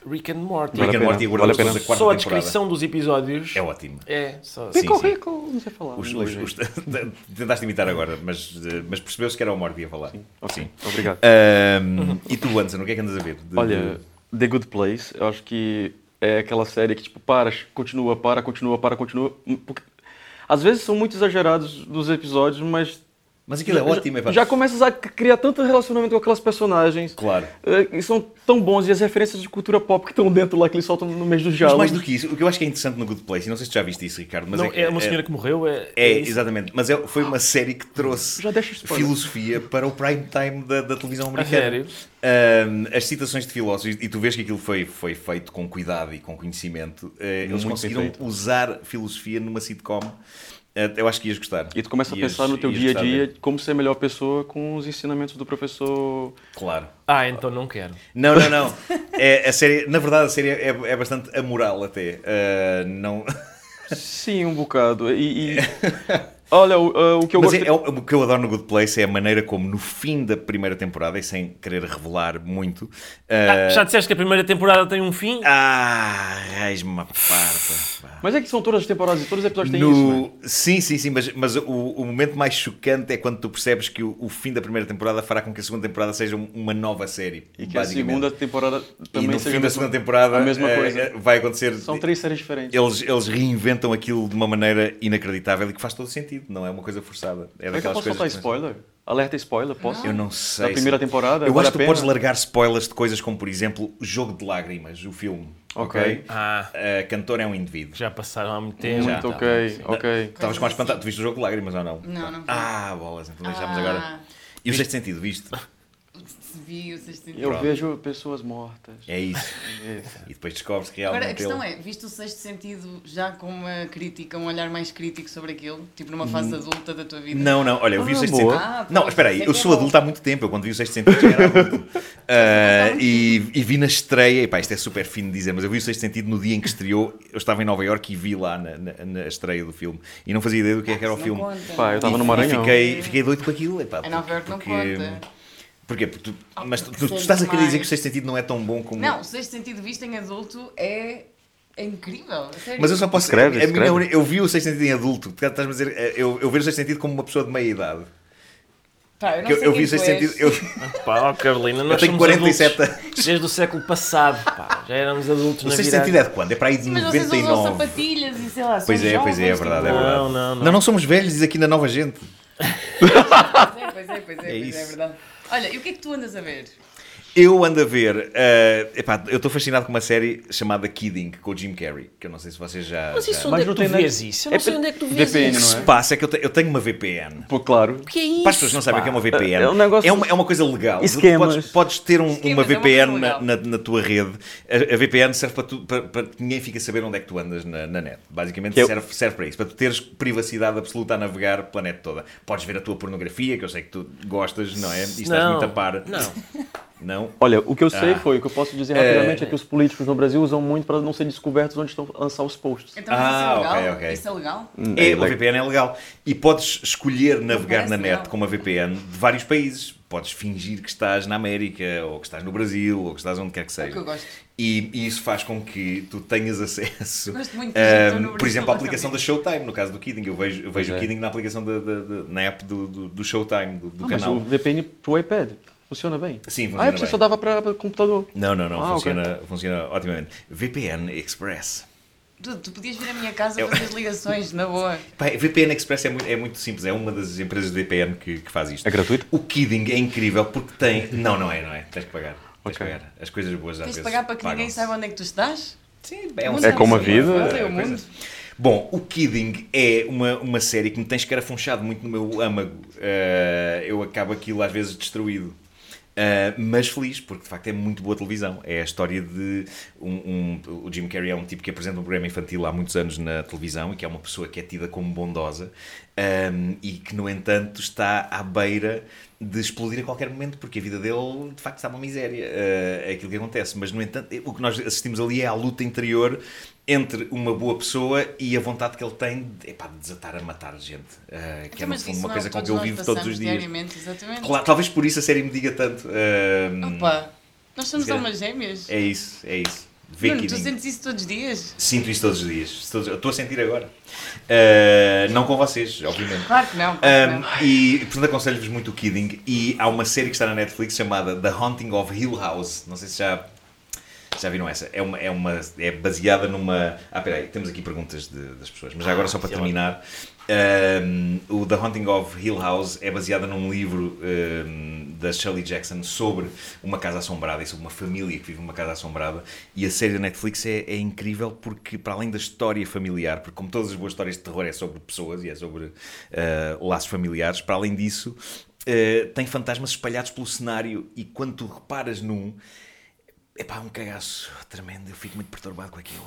Rick and Morty.
Rick and Morty agora
Vale a
depois
pena.
da quarta
Só a
temporada.
descrição dos episódios
É ótimo.
é só...
Sim,
Rico,
sim.
Rico, não sei falar.
Os,
inglês,
os, os, tentaste imitar agora, mas, mas percebeu-se que era o Morty a falar.
sim. Ok,
Sim.
obrigado.
Um, e tu, Anderson, o que é que andas a ver? De-
Olha,
de-
The Good Place, eu acho que é aquela série que, tipo, para, continua, para, continua, para, continua. Porque, às vezes são muito exagerados nos episódios, mas...
Mas aquilo é
já,
ótimo. É pá.
Já começas a criar tanto relacionamento com aquelas personagens.
Claro.
eh, E são tão bons. E as referências de cultura pop que estão dentro lá, que eles soltam no meio do
Mas
diálogo.
mais do que isso, o que eu acho que é interessante no Good Place, e não sei se tu já viste isso, Ricardo, mas
Não,
é, que-
é uma senhora que morreu, é...
É,
isso.
exatamente. Mas é, foi uma série que trouxe
Já deixa spoiler.
filosofia para o prime time da, da televisão
A
americana.
sério?
Um, as citações de filósofos, e tu vês que aquilo foi, foi feito com cuidado e com conhecimento, uh, eles
Muito
conseguiram
bem feito.
usar filosofia numa sitcom. Uh, eu acho que ias gostar.
E tu começa a
Ias-
pensar no teu
ias
dia a
gostar de
dia
ver.
como ser a melhor pessoa com os ensinamentos do professor.
Claro.
Ah, então não quero.
Não, não, não. É, a série, na verdade, a série é, é bastante amoral até. Uh, não...
Sim, um bocado. E, e- olha, o, uh, o que eu
Mas
gosto.
é, é o o que eu adoro no Good Place é a maneira como no fim da primeira temporada, e sem querer revelar muito,
Ah,
uh,
já disseste que a primeira temporada tem um fim?
ah, raiz-me uma parta. pá.
Mas é que são todas as temporadas e todos os episódios têm isso, né?
No... Sim, sim, sim, mas, mas o, o momento mais chocante é quando tu percebes que o, o fim da primeira temporada fará com que a segunda temporada seja um- uma nova série.
E que a
basicamente.
segunda temporada
E
também
no
seja
fim
a
da
mesma-
segunda temporada
a mesma
eh,
coisa.
eh, vai acontecer.
São três séries diferentes.
Eles, eles reinventam aquilo de uma maneira inacreditável e que faz todo sentido, não é uma coisa forçada. É
É que eu
daquelas
posso
coisas.
soltar
que-
spoiler? Alerta spoiler, posso?
Eu não sei.
Da primeira
se-
temporada?
Eu
vale
acho
a
que tu
pena?
podes largar spoilers de coisas como, por exemplo, Jogo de Lágrimas, o filme. Ok.
Ok.
Ah,
A cantora é um indivíduo.
já passaram há muito tempo.
Já.
Muito
Tá,
ok,
sim.
ok.
Estavas quase espantado. Tu viste o Jogo de Lágrimas ou não?
Não, não vi.
Ah, bolas, então deixámos
Ah.
agora. E o Sexto Sentido, viste?
Vi o sexto sentido.
Eu
Pronto.
vejo pessoas mortas.
É isso. E depois descobres que realmente
Agora, a questão
ele...
é, viste o sexto sentido já com uma crítica, um olhar mais crítico sobre aquilo? Tipo numa fase adulta da tua vida?
Não, não, olha, eu vi o
Ah,
Sexto
boa.
Sentido.
Ah,
Não,
pois,
espera aí,
isso é
eu
que é
sou
bom.
adulto há muito tempo. Eu quando vi o Sexto Sentido já era adulto. Ah, e, e vi na estreia, e pá, isto é super fino de dizer, mas eu vi o Sexto Sentido no dia em que estreou. Eu estava em Nova Iorque e vi lá na, na, na estreia do filme. E não fazia ideia do que é que era o
Isso
filme.
não conta.
Pá, eu estava
E-
no
e
Maranhão.
Fiquei, fiquei doido com aquilo. Epá,
Em Nova Iorque não
porque-
conta.
Porquê? Porque tu,
Oh,
mas tu,
porque
tu- tu
sentes
estás a querer dizer
mais.
que o Sexto Sentido não é tão bom como...
Não, o sexto sentido visto em adulto é, é incrível. a sério.
Mas eu só posso...
Escreve,
a minha-
escreve.
eu vi o Sexto Sentido em adulto. Tu estás-me a dizer... Eu, eu vejo o Sexto Sentido como uma pessoa de meia idade.
Pá, eu não
Que eu,
sei
eu
quem
vi o
tu
Sexto
és.
Sentido... Eu,
Pá, ó Carolina, nós
eu tenho
somos
quarenta e sete
adultos
anos.
desde o século passado, pá. Já éramos adultos
O
na
Sexto
virada.
Sentido é de quando? É para aí de
Mas vocês
noventa e
usam
nove.
sapatilhas e sei lá, são
Pois é, pois é, é
jovens,
verdade, é
tipo,
verdade.
Não, não, não.
Não, não somos velhos, diz aqui na nova gente.
Pois é, pois é, pois é,
É
pois
isso.
é, é verdade. Olha, e o que é que tu andas a ver?
Eu ando a ver... eh, epá, eu estou fascinado com uma série chamada Kidding, com o Jim Carrey, que eu não sei se vocês já...
Mas isso
já...
onde
Mas
é que
não
tu
tem
vês
nada-
isso? Eu não
É
sei
pe-
onde é que tu
V
vês
P N,
O que
isso.
se
não é?
passa é que eu, te- eu tenho uma V P N.
Pô, claro.
O que é isso?
Para as pessoas que não sabem o que é uma V P N,
É um negócio-
é uma, é uma coisa legal. Tu
Esquemas.
Podes, podes ter um-
Esquemas,
uma
é uma
V P N
coisa
na,
legal.
na, na tua rede. A, a V P N serve para, tu, para, para que ninguém fique a saber onde é que tu andas na, na net. Basicamente
Que eu-
serve, serve para isso. Para tu teres privacidade absoluta a navegar o planeta toda. Podes ver a tua pornografia, que eu sei que tu gostas, não é? E estás
Não,
muito a par.
não.
Não?
Olha, o que eu sei
Ah.
foi, o que eu posso dizer
É.
rapidamente é que os políticos no Brasil usam muito para não ser descobertos onde estão a lançar os posts.
Então, mas
Ah,
isso é legal?
ok, ok.
Isso é legal?
É,
É,
uma
like-
V P N é legal. E podes escolher navegar
parece
na net
legal.
com uma V P N de vários países. Podes fingir que estás na América, ou que estás no Brasil, ou que estás onde quer que
É o
seja.
que eu gosto.
E, e isso faz com que tu tenhas acesso,
Gosto muito de gente que
ahm,
estou no
por
Brasil
exemplo, à
a
aplicação da
saber.
Showtime, no caso do Kidding. Eu vejo, eu vejo
Pois
o
é.
Kidding na aplicação, da, da- da- na app do, do, do Showtime, do, do
Ah, mas
canal.
o V P N pro iPad funciona bem?
Sim, funciona
Ah, eu pensei
bem.
que só dava para para computador.
Não, não, não,
Ah, ok.
funciona, funciona otimamente. V P N Express.
Tu, tu podias vir à minha casa
Eu-
fazer as ligações, na boa.
Pá, V P N Express é muito, é muito simples, é uma das empresas de V P N que, que faz isto.
É gratuito?
O Kidding é incrível porque tem... Não, não é, não é. Tens que pagar. Tens que
Ok.
pagar. As coisas boas às
Tens de
vezes
pagar para que ninguém
pagam-se.
saiba onde é que tu estás?
Sim,
O mundo
É como a
assim,
vida.
olha,
é
o
coisa.
mundo.
Bom, o Kidding é uma, uma série que me tem escarafunchado muito no meu âmago. Uh, eu acabo aquilo às vezes destruído. Uh, mas feliz, porque de facto é muito boa televisão. É a história de um, um- o Jim Carrey é um tipo que apresenta um programa infantil há muitos anos na televisão e que é uma pessoa que é tida como bondosa, um, e que no entanto está à beira de explodir a qualquer momento, porque a vida dele de facto está uma miséria. Uh, é aquilo que acontece, mas no entanto o que nós assistimos ali é a luta interior entre uma boa pessoa e a vontade que ele tem de, epá, de desatar a matar gente, uh, que é no
Mas
fundo
isso
uma
não,
coisa com
todos
que eu
nós
vivo todos
passamos
os dias.
diariamente, exatamente.
Claro, talvez por isso a série me diga tanto. um,
Opa, nós somos
Se calhar-
almas gêmeas.
É isso, é isso. Vê
Nuno, tu
Kidding.
sentes isso todos os dias?
Sinto isso todos os dias. Estou a sentir agora. Uh, não com vocês, obviamente.
Claro que não. Claro que
Um,
não.
e, portanto, aconselho-vos muito o Kidding. E há uma série que está na Netflix chamada The Haunting of Hill House. Não sei se já, já viram essa. É, uma, é, uma, é baseada numa... Ah, espera aí, temos aqui perguntas de, das pessoas. Mas já agora, só para terminar, um, o The Haunting of Hill House é baseada num livro um, da Shirley Jackson sobre uma casa assombrada e sobre uma família que vive numa casa assombrada. E a série da Netflix é, é incrível porque, para além da história familiar, porque como todas as boas histórias de terror é sobre pessoas e é sobre uh, laços familiares, para além disso, uh, tem fantasmas espalhados pelo cenário e quando tu reparas num... Epá, um cagaço tremendo, eu fico muito perturbado com aquilo.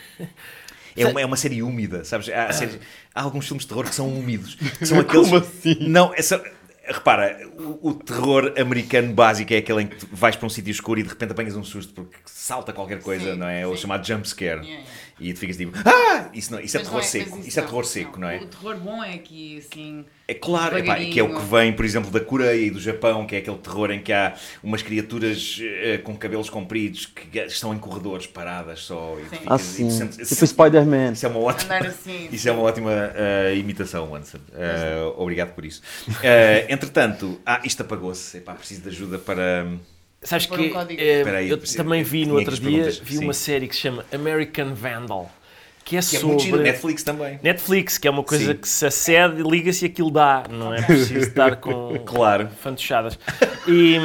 É uma, é uma série úmida, sabes? Há, séries, há alguns filmes de terror que são úmidos. Que são aqueles...
Como assim?
Não, essa... Repara, o, o terror americano básico é aquele em que tu vais para um sítio escuro e de repente apanhas um susto porque salta qualquer coisa,
Sim,
não é? O
sim.
chamado jump scare.
Yeah, yeah.
E tu ficas tipo, ah! Isso, não, isso é
Mas
terror
não
seco.
mas
Isso é
não,
terror seco, não é?
O terror bom é aqui, assim...
É claro, epá, que é o que vem, por exemplo, da Coreia e do Japão, que é aquele terror em que há umas criaturas uh, com cabelos compridos que estão em corredores paradas só. E tu
Sim.
ficas-
Ah,
e tu
sim.
sentes-
Tipo Spider-Man.
Isso é uma ótima,
Andar assim.
isso é uma ótima uh, imitação, Anderson. Uh, obrigado por isso. Uh, entretanto, ah, isto apagou-se. Epá, preciso de ajuda para...
Sabes
Por
que
um código.
eh,
Espera aí,
eu
preciso-
também vi no
tinha
outro
aqui as
dia
perguntas,
vi
sim.
uma série que se chama American Vandal, que é
Que é
sobre
muito giro. Netflix também.
Netflix, que é uma coisa
Sim.
que se acede, liga-se e aquilo dá, não é preciso estar com
Claro.
fantochadas. E,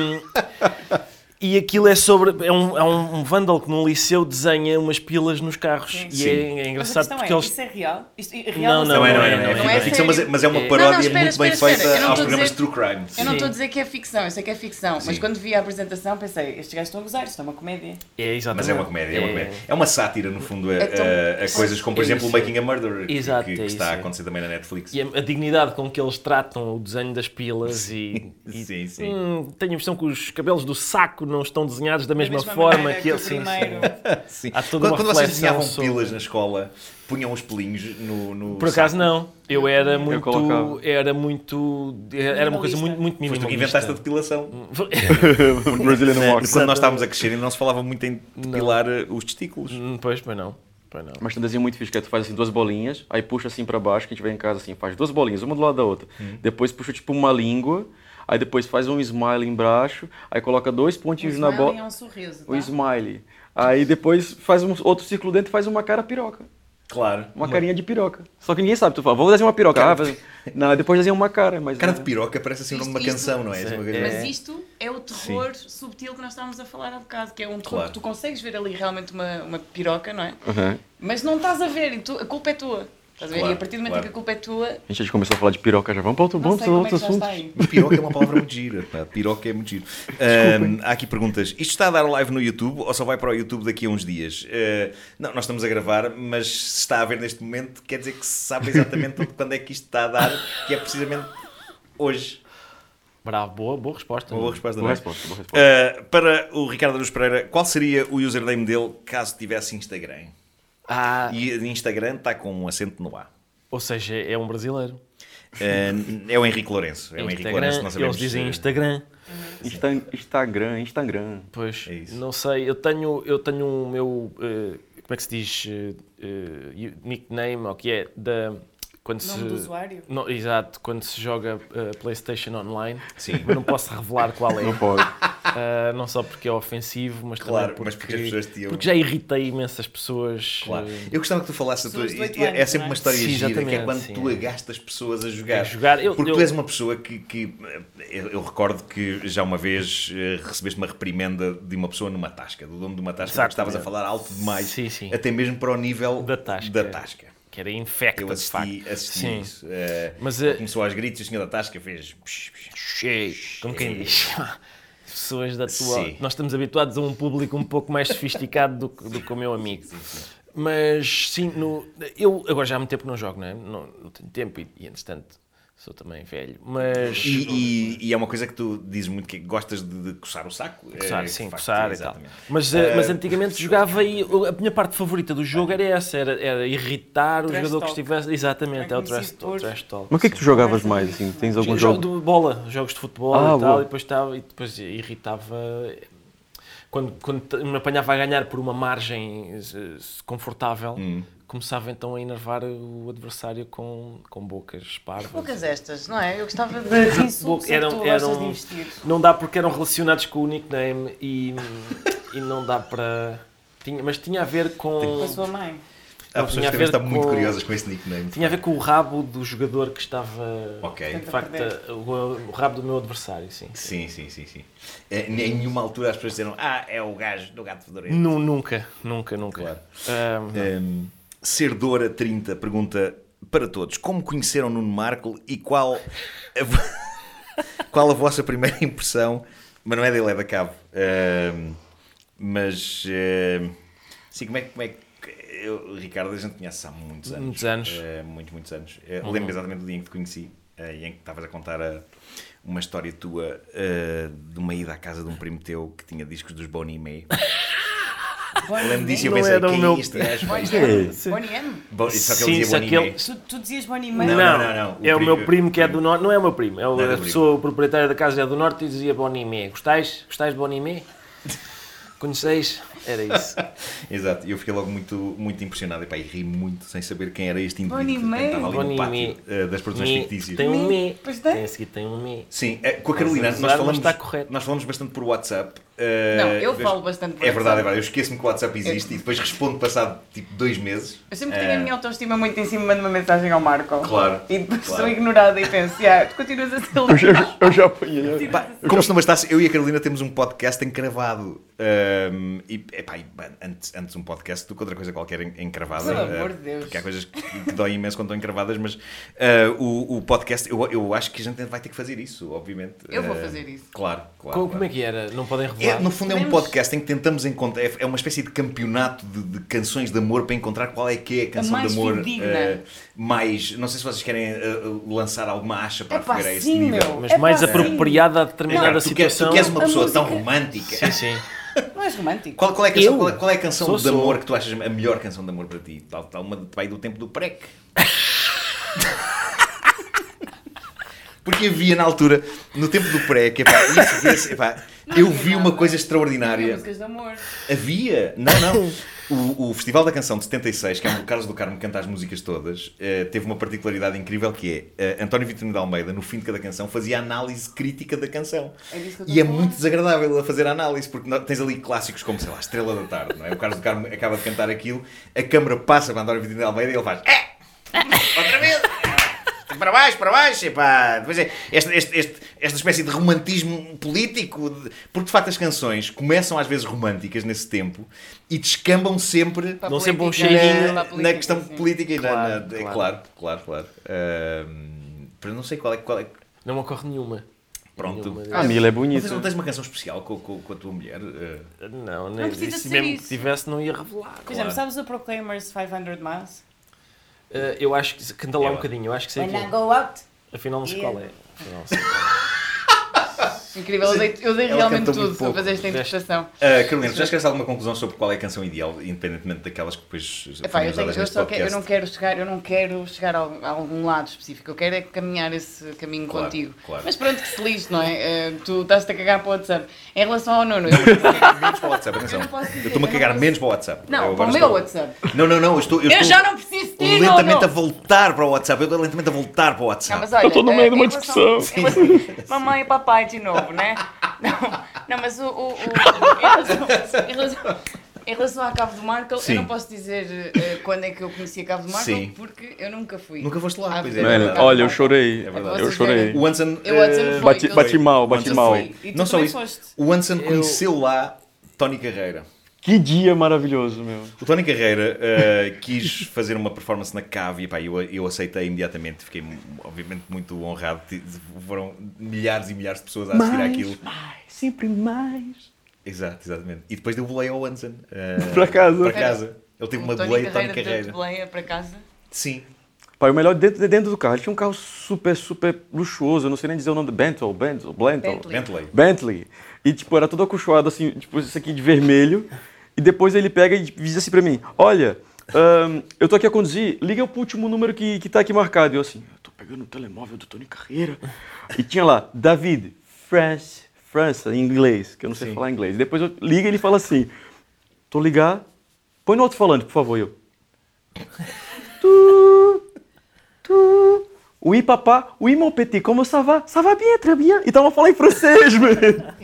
e aquilo é sobre. É um, é um vândalo que num liceu desenha umas pilas nos carros.
Sim.
E
Sim.
é, é
Mas a
engraçado
questão
porque
é,
eles.
isso é real? Isto é
Não,
real
não,
Não é, não
não
é,
é,
não é.
não
É
é
ficção, mas é, mas é uma
É.
paródia
Não, não, espera,
muito bem
espera, espera.
feita
Eu não
aos
estou a
programas de
dizer-
true crime.
Eu não
Sim.
estou a dizer que é ficção, eu sei que é ficção, mas
Sim.
quando vi a apresentação pensei, estes gajos estão a gozar, isto é uma comédia.
É, exatamente.
Mas é uma comédia, é uma comédia. É uma sátira, no fundo, a,
É tão-
a- a coisas como, por
É
exemplo, o
isso.
Making a Murderer, que,
Exato,
que- que
é
está
isso,
a
é.
acontecer também na Netflix.
E a, a dignidade com que eles tratam o desenho das pilas e, e
Sim, sim.
hum, tenho a impressão que os cabelos do saco não estão desenhados da mesma,
mesma
forma
maneira
que
que o
eles. Sim,
primeiro.
sim.
Sim.
Há toda
Quando,
uma
quando vocês
reflexão
desenhavam
sobre-
pilas na escola, punham os pelinhos no, no
Por acaso
saco?
não. Eu era muito.
colocava.
Era muito. Era uma coisa muito, muito
Foste tu que
minimalista.
inventaste a depilação.
Brazilian
Né?
Wax.
Quando nós estávamos a crescer ainda não se falava muito em depilar eh, os testículos.
Hum, Pois, pois não. Pois não.
Mas tem um desenho muito fixe, que é tu faz assim duas bolinhas, aí puxa assim pra baixo, que a gente vai em casa assim, faz duas bolinhas, uma do lado da outra. Depois puxa tipo uma língua, aí depois faz um smile embaixo, aí coloca dois pontinhos na bola.
é um sorriso,
O
tá?
smile. Aí depois faz um outro círculo dentro e faz uma cara piroca.
Claro.
Uma carinha de piroca. Só que ninguém sabe. Tu fala, vamos desenhar uma piroca.
Cara
Ah, faz... Não, depois desenha uma cara. Mas...
Cara de piroca parece assim o nome de uma
Isto- isto-
canção, não é? Assim, uma coisa-
Mas isto é o terror subtil que nós estávamos a falar há bocado, que é um terror
Claro.
que tu consegues ver ali realmente uma, uma piroca, não é?
Uhum.
Mas não estás a ver, e tu- a culpa é tua. Estás a ver?
Claro,
E a partir do momento
claro.
em que a culpa é tua,
A gente já começou a falar de piroca, já vamos para outro,
não
vamos
sei
para
como é
outro
que já
assunto.
está aí.
Piroca é uma palavra muito gira. Pá. Piroca é muito giro. Ahm, há aqui perguntas. Isto está a dar live no YouTube ou só vai para o YouTube daqui a uns dias? Ah, não, nós estamos a gravar, mas se está a ver neste momento, quer dizer que se sabe exatamente quando é que isto está a dar, que é precisamente hoje.
Bravo, boa, boa resposta.
Uma boa resposta,
Boa
não é?
resposta, boa resposta.
Ah, para o Ricardo Aruz Pereira, qual seria o username dele caso tivesse Instagram?
Ah,
E Instagram está com um acento no A.
ou seja, é um brasileiro.
Ah, é o Henrique Lourenço. É o Henrique
Instagram,
Lourenço, não sabemos
eles dizem
se-
Instagram.
Insta- Instagram, Instagram.
Pois,
É isso.
não sei, eu tenho, eu tenho o meu, eh, como é que se diz, eh, eh, nickname, ou que é, da, quando
Nome
se...
do usuário?
Não, exato, quando se joga eh, PlayStation Online,
Sim.
mas não posso revelar qual é,
Não pode.
Ah, não só porque é ofensivo, mas
Claro,
também
mas
porque,
porque as pessoas te iam-
porque já irritei imensas pessoas.
Claro.
eh,
Eu gostava que tu falasses, a tua,
Pessoas de oito
é, é
anos,
sempre
não é?
uma história
Sim,
gira, que é
exatamente,
quando
sim.
tu agastas pessoas a jogar.
A jogar. Eu-
Porque
eu-
tu és uma pessoa que, que eu, eu recordo que já uma vez eh, recebeste uma reprimenda de uma pessoa numa tasca, do dono de uma tasca,
Exato.
porque estavas a falar alto demais,
Sim, sim.
até mesmo para o nível
Da tasca.
Da tasca.
que era infecta,
Eu
de
assisti,
facto.
assisti
Sim.
isso. Eh,
Mas,
ele
eh,
começou aos gritos e o senhor da tasca fez... psh, psh.
Cheio, como quem diz. Pessoas da tua.
Sim.
Nós estamos habituados a um público um pouco mais sofisticado do, que- do que o meu amigo. Mas sim, no, eu agora já há muito tempo que não jogo, não é? Não, não tenho tempo e, e entretanto sou também velho. Mas.
E, e- e é uma coisa que tu dizes muito que gostas de, de coçar o saco.
Coçar,
eh,
sim,
de facto,
coçar e tal.
exatamente.
Mas, eh, mas
Eh,
antigamente jogava e eu- a minha parte favorita do jogo era essa, era, era irritar o
Trash
jogador que
talk.
estivesse. Exatamente,
É
é o trash
conhecido
talk.
por-
trash talk.
Mas o que é que tu jogavas mais, assim? Tens algum
Jogo
jogo?
de bola, jogos de futebol
Ah,
e tal,
boa.
e depois, estava, e depois irritava. quando, quando me apanhava a ganhar por uma margem confortável, hum. começava então a enervar o adversário com, com bocas parvas.
Bocas estas, não é? Eu gostava de insultos que tu gostas de investir.
Não dá porque eram relacionados com o nickname e, e não dá para... Tinha, mas tinha a ver com...
Com a sua mãe.
Há pessoas que estão muito curiosas com esse nickname.
Tinha a ver com o rabo do jogador que estava...
Ok.
De facto, o, o rabo do meu adversário, sim.
Sim, sim, sim. sim. É, em nenhuma altura as pessoas disseram ah, é o gajo do gato fedorento.
Nunca, nunca, nunca.
Claro. Um, um, Serdora trinta pergunta para todos, como conheceram Nuno Marco e qual a, qual a vossa primeira impressão, mas não é dele, é da Cabo. Um, mas, um, sim, como é, como é que eu, Ricardo, a gente conhece há muitos anos.
Muitos anos.
Uh, muitos, muitos anos. Uh, uhum. Lembro exatamente do dia em que te conheci, uh, e em que estavas a contar a, uma história tua uh, de uma ida à casa de um primo teu que tinha discos dos Bonnie May. Lembro disso e eu pensei, quem é este gajo?
Bonnie M?
Só que ele dizia Bonnie May.
Tu dizias Bonnie May?
Não, não, não. não. É o meu primo que é do Norte. Não é o meu primo. É a pessoa proprietária da casa é do Norte e dizia Bonnie May. Gostais? Gostais de Bonnie May? Conheceis? Era isso.
Exato, e eu fiquei logo muito, muito impressionado e, pá, e ri muito sem saber quem era este indivíduo
que
estava ali
Bonnie
no pátio
Me.
uh, das produções
Me.
fictícias.
Tem um Me,
pois tem.
tem a seguir tem um Me.
Sim, uh, com a Carolina nós falamos,
está correto.
nós falamos bastante por WhatsApp. Uh,
não, eu vez, falo bastante por
É verdade, é verdade, eu esqueço-me que o WhatsApp existe eu... e depois respondo passado tipo dois meses.
Eu sempre tenho uh... a minha autoestima muito em cima, mando uma mensagem ao Marco.
Claro.
E depois
claro.
sou ignorada e penso, ah, tu continuas a ser
eu já, eu já apanhei.
Pá, como se não bastasse, eu e a Carolina temos um podcast encravado. Um, e, epá, antes, antes um podcast do que outra coisa qualquer encravada.
Pelo uh, amor de Deus.
Porque há coisas que, que doem imenso quando estão encravadas, mas uh, o, o podcast, eu, eu acho que a gente vai ter que fazer isso, obviamente.
Eu vou fazer isso.
Claro, claro.
Como,
claro.
como é que era? Não podem revelar?
É, no fundo é um podcast em que tentamos encontrar, é uma espécie de campeonato de, de canções de amor para encontrar qual é que é a canção
a mais
de amor
uh,
mais, não sei se vocês querem uh, lançar alguma acha para
é
a a esse
sim,
nível.
Meu.
Mas
é
mais
pá,
apropriada a determinada
não,
situação.
Tu queres uma pessoa
música...
tão romântica.
Sim, sim.
Não és romântico.
Qual, qual, é, a canção, qual, é, qual é a canção
sou,
de amor
sou.
que tu achas a melhor canção de amor para ti? Tal, tal uma pai do tempo do Prec. Porque havia na altura, no tempo do Prec, epá, isso, esse, epá, não, eu vi uma coisa extraordinária.
Músicas de amor.
Havia? Não, não. O, o Festival da Canção de setenta e seis, que é onde o Carlos do Carmo canta as músicas todas, uh, teve uma particularidade incrível que é uh, António Vitorino de Almeida, no fim de cada canção, fazia análise crítica da canção.
É disso que eu
e é
falando.
muito desagradável a fazer a análise, porque não, tens ali clássicos como, sei lá, Estrela da Tarde, não é? O Carlos do Carmo acaba de cantar aquilo, a câmara passa para António Vitorino de Almeida e ele faz é! Outra vez! Para baixo, para baixo, epá. Depois é esta, este, este, esta espécie de romantismo político, de, porque de facto as canções começam às vezes românticas nesse tempo e descambam sempre,
não sempre um cheirinho
na, na questão
sim.
política e
claro,
na, na,
claro.
É, claro, claro, claro. Uh, não sei qual é, qual é.
Não me ocorre nenhuma.
Pronto.
Nenhuma.
A Mila é bonita.
Mas não tens uma canção especial com, com, com a tua mulher? Uh...
Não, nem
não precisa
se
ser
mesmo
isso.
que tivesse não ia revelar.
Por exemplo, sabes o Proclaimers quinhentos Miles?
Uh, eu acho que canta lá
é
um bocadinho, eu acho que sei
When
que
I go out.
Afinal não sei
Yeah.
qual é. Afinal, não sei qual é.
Incrível, eu dei, eu dei
Ela
realmente
cantou muito
tudo para
pouco.
fazer esta interpretação.
Uh, Carolina, já chegaste a alguma conclusão sobre qual é a canção ideal, independentemente daquelas que depois
Epá, eu,
foram
tenho,
usadas
eu,
neste
só quero, eu
podcast?
não quero chegar, eu não quero chegar a, a algum lado específico, eu quero é caminhar esse caminho
Claro,
contigo.
claro.
Mas pronto, que se lixe, não é? Uh, tu estás-te a cagar para o WhatsApp. Em relação ao Nuno, eu,
Menos para o WhatsApp, atenção.
Eu não posso dizer,
Eu estou-me a
eu não
cagar
posso-
menos para o WhatsApp.
não,
Eu
para o
agora
meu
estou-
WhatsApp.
Não, não, não, eu estou, eu
Eu
estou
já não preciso de ti,
lentamente
Nuno.
a voltar para o WhatsApp. Eu estou lentamente a voltar para o
Não,
WhatsApp.
mas olha,
Eu estou no meio
eh,
de uma
em relação-
discussão.
em relação- Mamãe e papai de novo, né? Não, não mas o, o, o- em, relação, em, relação, em relação à Cabo do Marco,
Sim.
eu não posso dizer eh, quando é que eu conheci a Cabo do Marco,
Sim.
porque eu nunca fui.
Nunca foste lá,
Ah,
pois é.
fui.
é
Mano,
verdade.
olha, eu chorei.
É verdade.
Eu
Vocês
chorei.
verem.
O Anson,
Eu antes
eh,
não fui.
Bati,
que eu
bati
sei.
mal,
O
bati
Anson
mal.
foi. E tu
Não só
também
isso,
foste.
o Anson
Eu-
conheceu lá Tony Carreira.
Que dia maravilhoso, meu.
O Tony Carreira uh, quis fazer uma performance na Cave e pá, eu, eu aceitei imediatamente. Fiquei, obviamente, muito honrado. Foram milhares e milhares de pessoas a assistir àquilo.
mais, sempre mais.
Exato, exatamente. E depois deu boleia ao Anson. uh,
Para casa.
Para casa. Ele teve uma
Tony
boleia de Tony
Carreira
Carreira.
deu-te boleia para casa.
Sim.
Pai, o melhor dentro, dentro do carro. Ele tinha um carro super, super luxuoso. Eu não sei nem dizer o nome do Bentley, Bentley, Bentley.
Bentley.
Bentley.
Bentley. E, tipo, era todo acolchoado, assim, tipo, isso aqui de vermelho. E depois ele pega e diz assim pra mim, olha, um, eu tô aqui a conduzir, liga pro último número que, que tá aqui marcado. E eu assim, eu tô pegando o telemóvel do Tony Carreira. E tinha lá, David, France, França, em inglês, que eu não sei
Sim.
falar inglês. Depois eu ligo e ele fala assim, tô ligado, põe no alto-falante, por favor, eu. Tu, tu, oui, papa, oui, mon petit, como ça va? Ça va bien, très bien. E tava falando em francês, mano.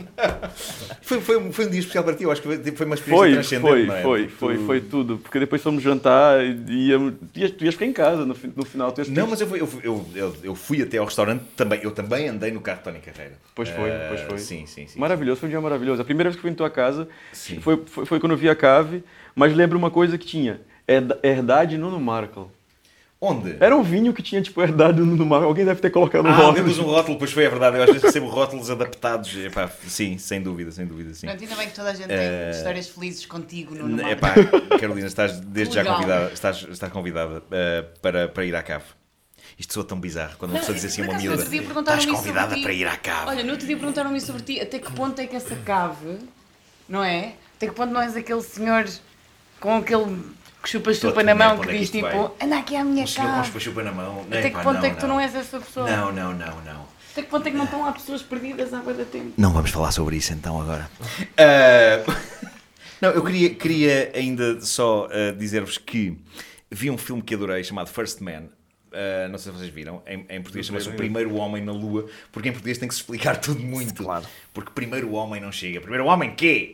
Foi, foi, foi um dia especial para ti, eu acho que foi, foi uma experiência
Foi,
transcendente,
foi,
não é?
foi,
Porque
foi,
tu-
foi tudo. Porque depois fomos jantar e íamos, tu, ias, tu ias ficar em casa no, fi- no final. Tu ias,
Não, mas eu fui, eu, fui- eu, eu, eu fui até ao restaurante, também, eu também andei no carro de Tony Carreira.
Pois foi,
Ah,
pois foi.
Sim, sim, sim.
Maravilhoso, foi um dia maravilhoso. A primeira vez que eu fui em tua casa
Sim.
foi, foi, foi quando eu vi a cave, mas lembro uma coisa que tinha, Herda- Herdade Nuno Markle.
Onde?
Era um vinho que tinha tipo Herdade Nuno Markle, alguém deve ter colocado no
Ah,
rótulo.
temos um rótulo, pois foi, é verdade. Eu às vezes recebo rótulos adaptados. Epá, sim, sem dúvida, sem dúvida, sim.
Pronto, ainda bem que toda a gente
Eh,
tem histórias felizes contigo no
É pá, Carolina, estás desde já
Legal.
convidada, estás, estás convidada eh, para, para ir à cave. Isto soa tão bizarro quando uma pessoa diz assim a uma
Por acaso,
miúda.
no outro dia perguntaram-me
Estás
isso sobre
convidada
ti."
para ir à cave.
Olha, no outro dia perguntaram-me isso sobre ti, até que ponto é que essa cave, não é? Até que ponto não és aquele senhor com aquele que chupa-chupa
Estou a
na
temer
mão
para
que
onde é que
diz
isto
tipo, anda aqui à minha
Um senhor com
cave.
chupa-chupa na mão.
Até que
Epá,
ponto
não,
é que tu
não.
não és essa pessoa?
Não, não, não, não.
Até que ponto é que não estão lá pessoas perdidas há muito tempo?
Não vamos falar sobre isso então agora. Ah, não, eu queria, queria ainda só ah, dizer-vos que vi um filme que adorei chamado First Man. Ah, não sei se vocês viram. Em, em português chama-se O Primeiro Homem na Lua, porque em português tem que se explicar tudo muito.
Claro.
Porque primeiro o homem não chega. Primeiro o homem quê?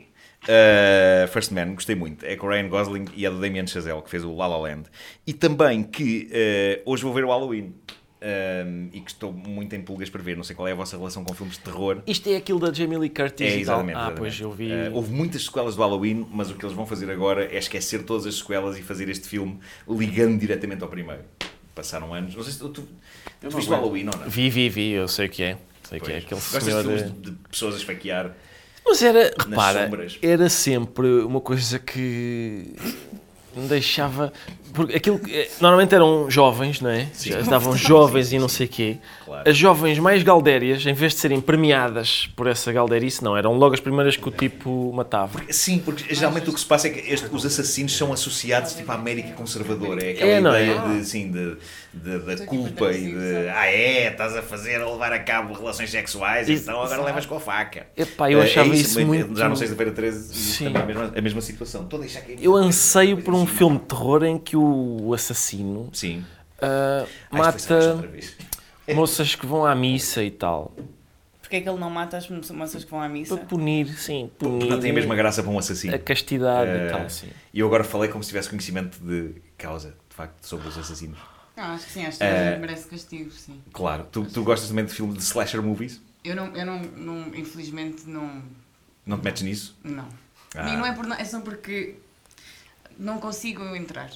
Uh, First Man, gostei muito. É com o Ryan Gosling e é do Damien Chazelle, que fez o La La Land. E também que uh, hoje vou ver o Halloween. Um, e que estou muito em pulgas para ver. Não sei qual é a vossa relação com filmes de terror.
Isto é aquilo da Jamie Lee Curtis
É,
e tal.
exatamente.
Ah,
exatamente.
pois eu vi.
Uh, houve muitas sequelas do Halloween, mas o que eles vão fazer agora é esquecer todas as sequelas e fazer este filme ligando diretamente ao primeiro. Passaram anos. Não sei se tu, tu, tu
não
viste o
aguento.
Halloween ou não?
Vi, vi, vi, eu sei o que é. Sei o que é
Pois.
aquele
Gostas
senhor.
de filmes
eh,
de, de pessoas a esfaquear?
Mas era, repara,
sombras.
era sempre uma coisa que me deixava. Porque aquilo que- normalmente eram jovens, não é?
Sim.
Já estavam jovens e não sei quê.
Claro.
As jovens mais galdérias, em vez de serem premiadas por essa galderice, não, eram logo as primeiras que o tipo matava.
Sim, porque geralmente o que se passa é que este- os assassinos são associados tipo à América conservadora. É aquela
É, não é?
ideia de, assim, de, de- da culpa e de ah é, estás a fazer, a levar a cabo relações sexuais,
Isso.
então agora levas com a faca.
Epá, eu
Eh,
achava
é
isso
mas
muito-
Já não sexta-feira treze,
Sim.
também a mesma, a mesma situação. Estou a deixar cair.
Eu anseio por um filme de terror em que o assassino
Sim.
ah,
Ah, isto foi só outra
mata
vez.
moças que vão à missa e tal.
Porquê é que ele não mata as moças que vão à missa?
Para punir, sim, punir
Não tem a mesma graça para um assassino.
a castidade
Eh,
e tal, sim.
E eu agora falei como se tivesse conhecimento de causa, de facto, sobre os assassinos.
Ah, acho que sim, acho que toda a gente merece castigo, sim.
Claro. Tu, tu gostas também de filmes de slasher movies?
Eu não, eu não, não infelizmente não,
Não te metes nisso?
não.
Ah.
E não é, por, na- é só porque não consigo entrar.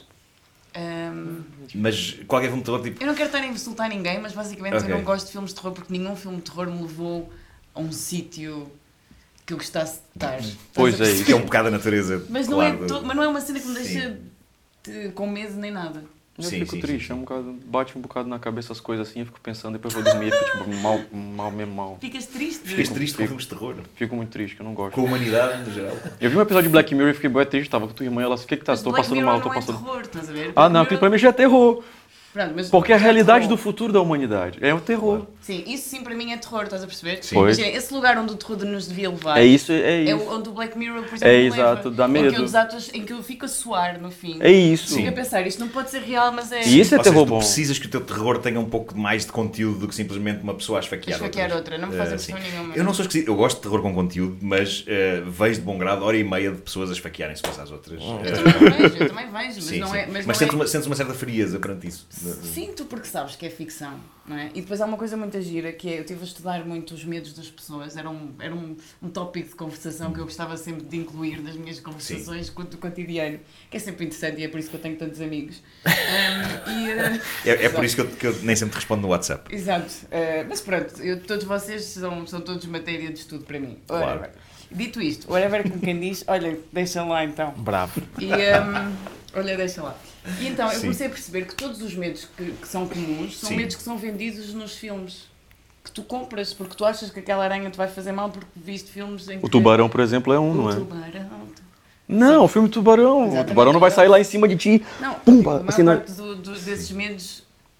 Ahm,
Mas qualquer filme de terror, tipo.
eu não quero estar a insultar ninguém, mas basicamente
Ok.
eu não gosto de filmes de terror porque nenhum filme de terror me levou a um sítio que eu gostasse de estar. Estás
Pois
a
é
perceber?
Que é um bocado a natureza.
Mas não,
claro,
é to- mas não é uma cena que me
Sim.
deixa de- com medo nem nada.
Eu
Sim,
fico
sim,
triste,
sim, sim.
é um bocado, bate um bocado na cabeça as coisas assim, eu fico pensando, depois eu vou dormir, fico tipo, mal, mal mesmo mal.
Ficas triste?
Ficas triste com
Fico.
filmes de terror?
Fico muito triste, que eu não gosto.
Com a humanidade, no geral?
Eu vi um episódio de Black Mirror e fiquei bué triste, tava com tua irmã, ela disse, o que que tá?
Mas
Tô
Black
passando
Mirror
mal, tô
não
passando...
é terror, estás a ver?
Ah
Black
não, aquilo
Mirror-
pra mim já é terror.
Pronto, mas
Porque é a
já
realidade
terror.
do futuro da humanidade. É o terror.
Sim, isso sim para mim é terror, estás a perceber?
Sim.
Pois.
Imagina, esse lugar onde o terror nos devia levar
É isso, é
é
isso.
onde o Black Mirror, por exemplo,
É
me
exato,
leva.
dá
Em que,
medo.
eu desato- em que eu fico a suar no fim.
É isso.
Fico a pensar, isto não pode ser real, mas é...
E isso é
Ou seja,
terror
tu
bom.
precisas que o teu terror tenha um pouco mais de conteúdo do que simplesmente uma pessoa a esfaquear,
Esfaquear
outras.
outra, não me faz
Eh,
impressão
sim.
nenhuma.
Eu não sou esquisito, eu gosto de terror com conteúdo, mas eh, vejo de bom grado hora e meia de pessoas a esfaquearem-se umas às outras.
Eu
Eh,
também vejo, eu também vejo, mas
sim,
não
sim.
é... Mas,
Mas
não
sentes,
é...
uma, sentes uma certa frieza perante isso.
Sinto porque sabes que é ficção, não é? E depois há uma coisa muito gira que é, eu estive a estudar muito os medos das pessoas, era um, era um, um tópico de conversação que eu gostava sempre de incluir nas minhas conversações do cotidiano, que é sempre interessante e é por isso que eu tenho tantos amigos. Um, e, uh,
É, é por isso que eu, que eu nem sempre te respondo no WhatsApp.
Exato, uh, mas pronto, eu, todos vocês são, são todos matéria de estudo para mim.
Claro.
Whatever. Dito isto, whatever como quem diz, olha, deixa lá então.
Bravo.
E, um, olha, deixa lá. E então, eu
Sim.
comecei a perceber que todos os medos que, que são comuns são
Sim.
medos que são vendidos nos filmes. Que tu compras, porque tu achas que aquela aranha te vai fazer mal porque viste filmes em que...
O tubarão, por exemplo, é um, não
O
é?
tubarão...
Não, o filme Tubarão.
Exatamente.
O tubarão não vai sair lá em cima de ti.
Não,
Pumba,
a maior
assim, na-
parte do- do- desses medos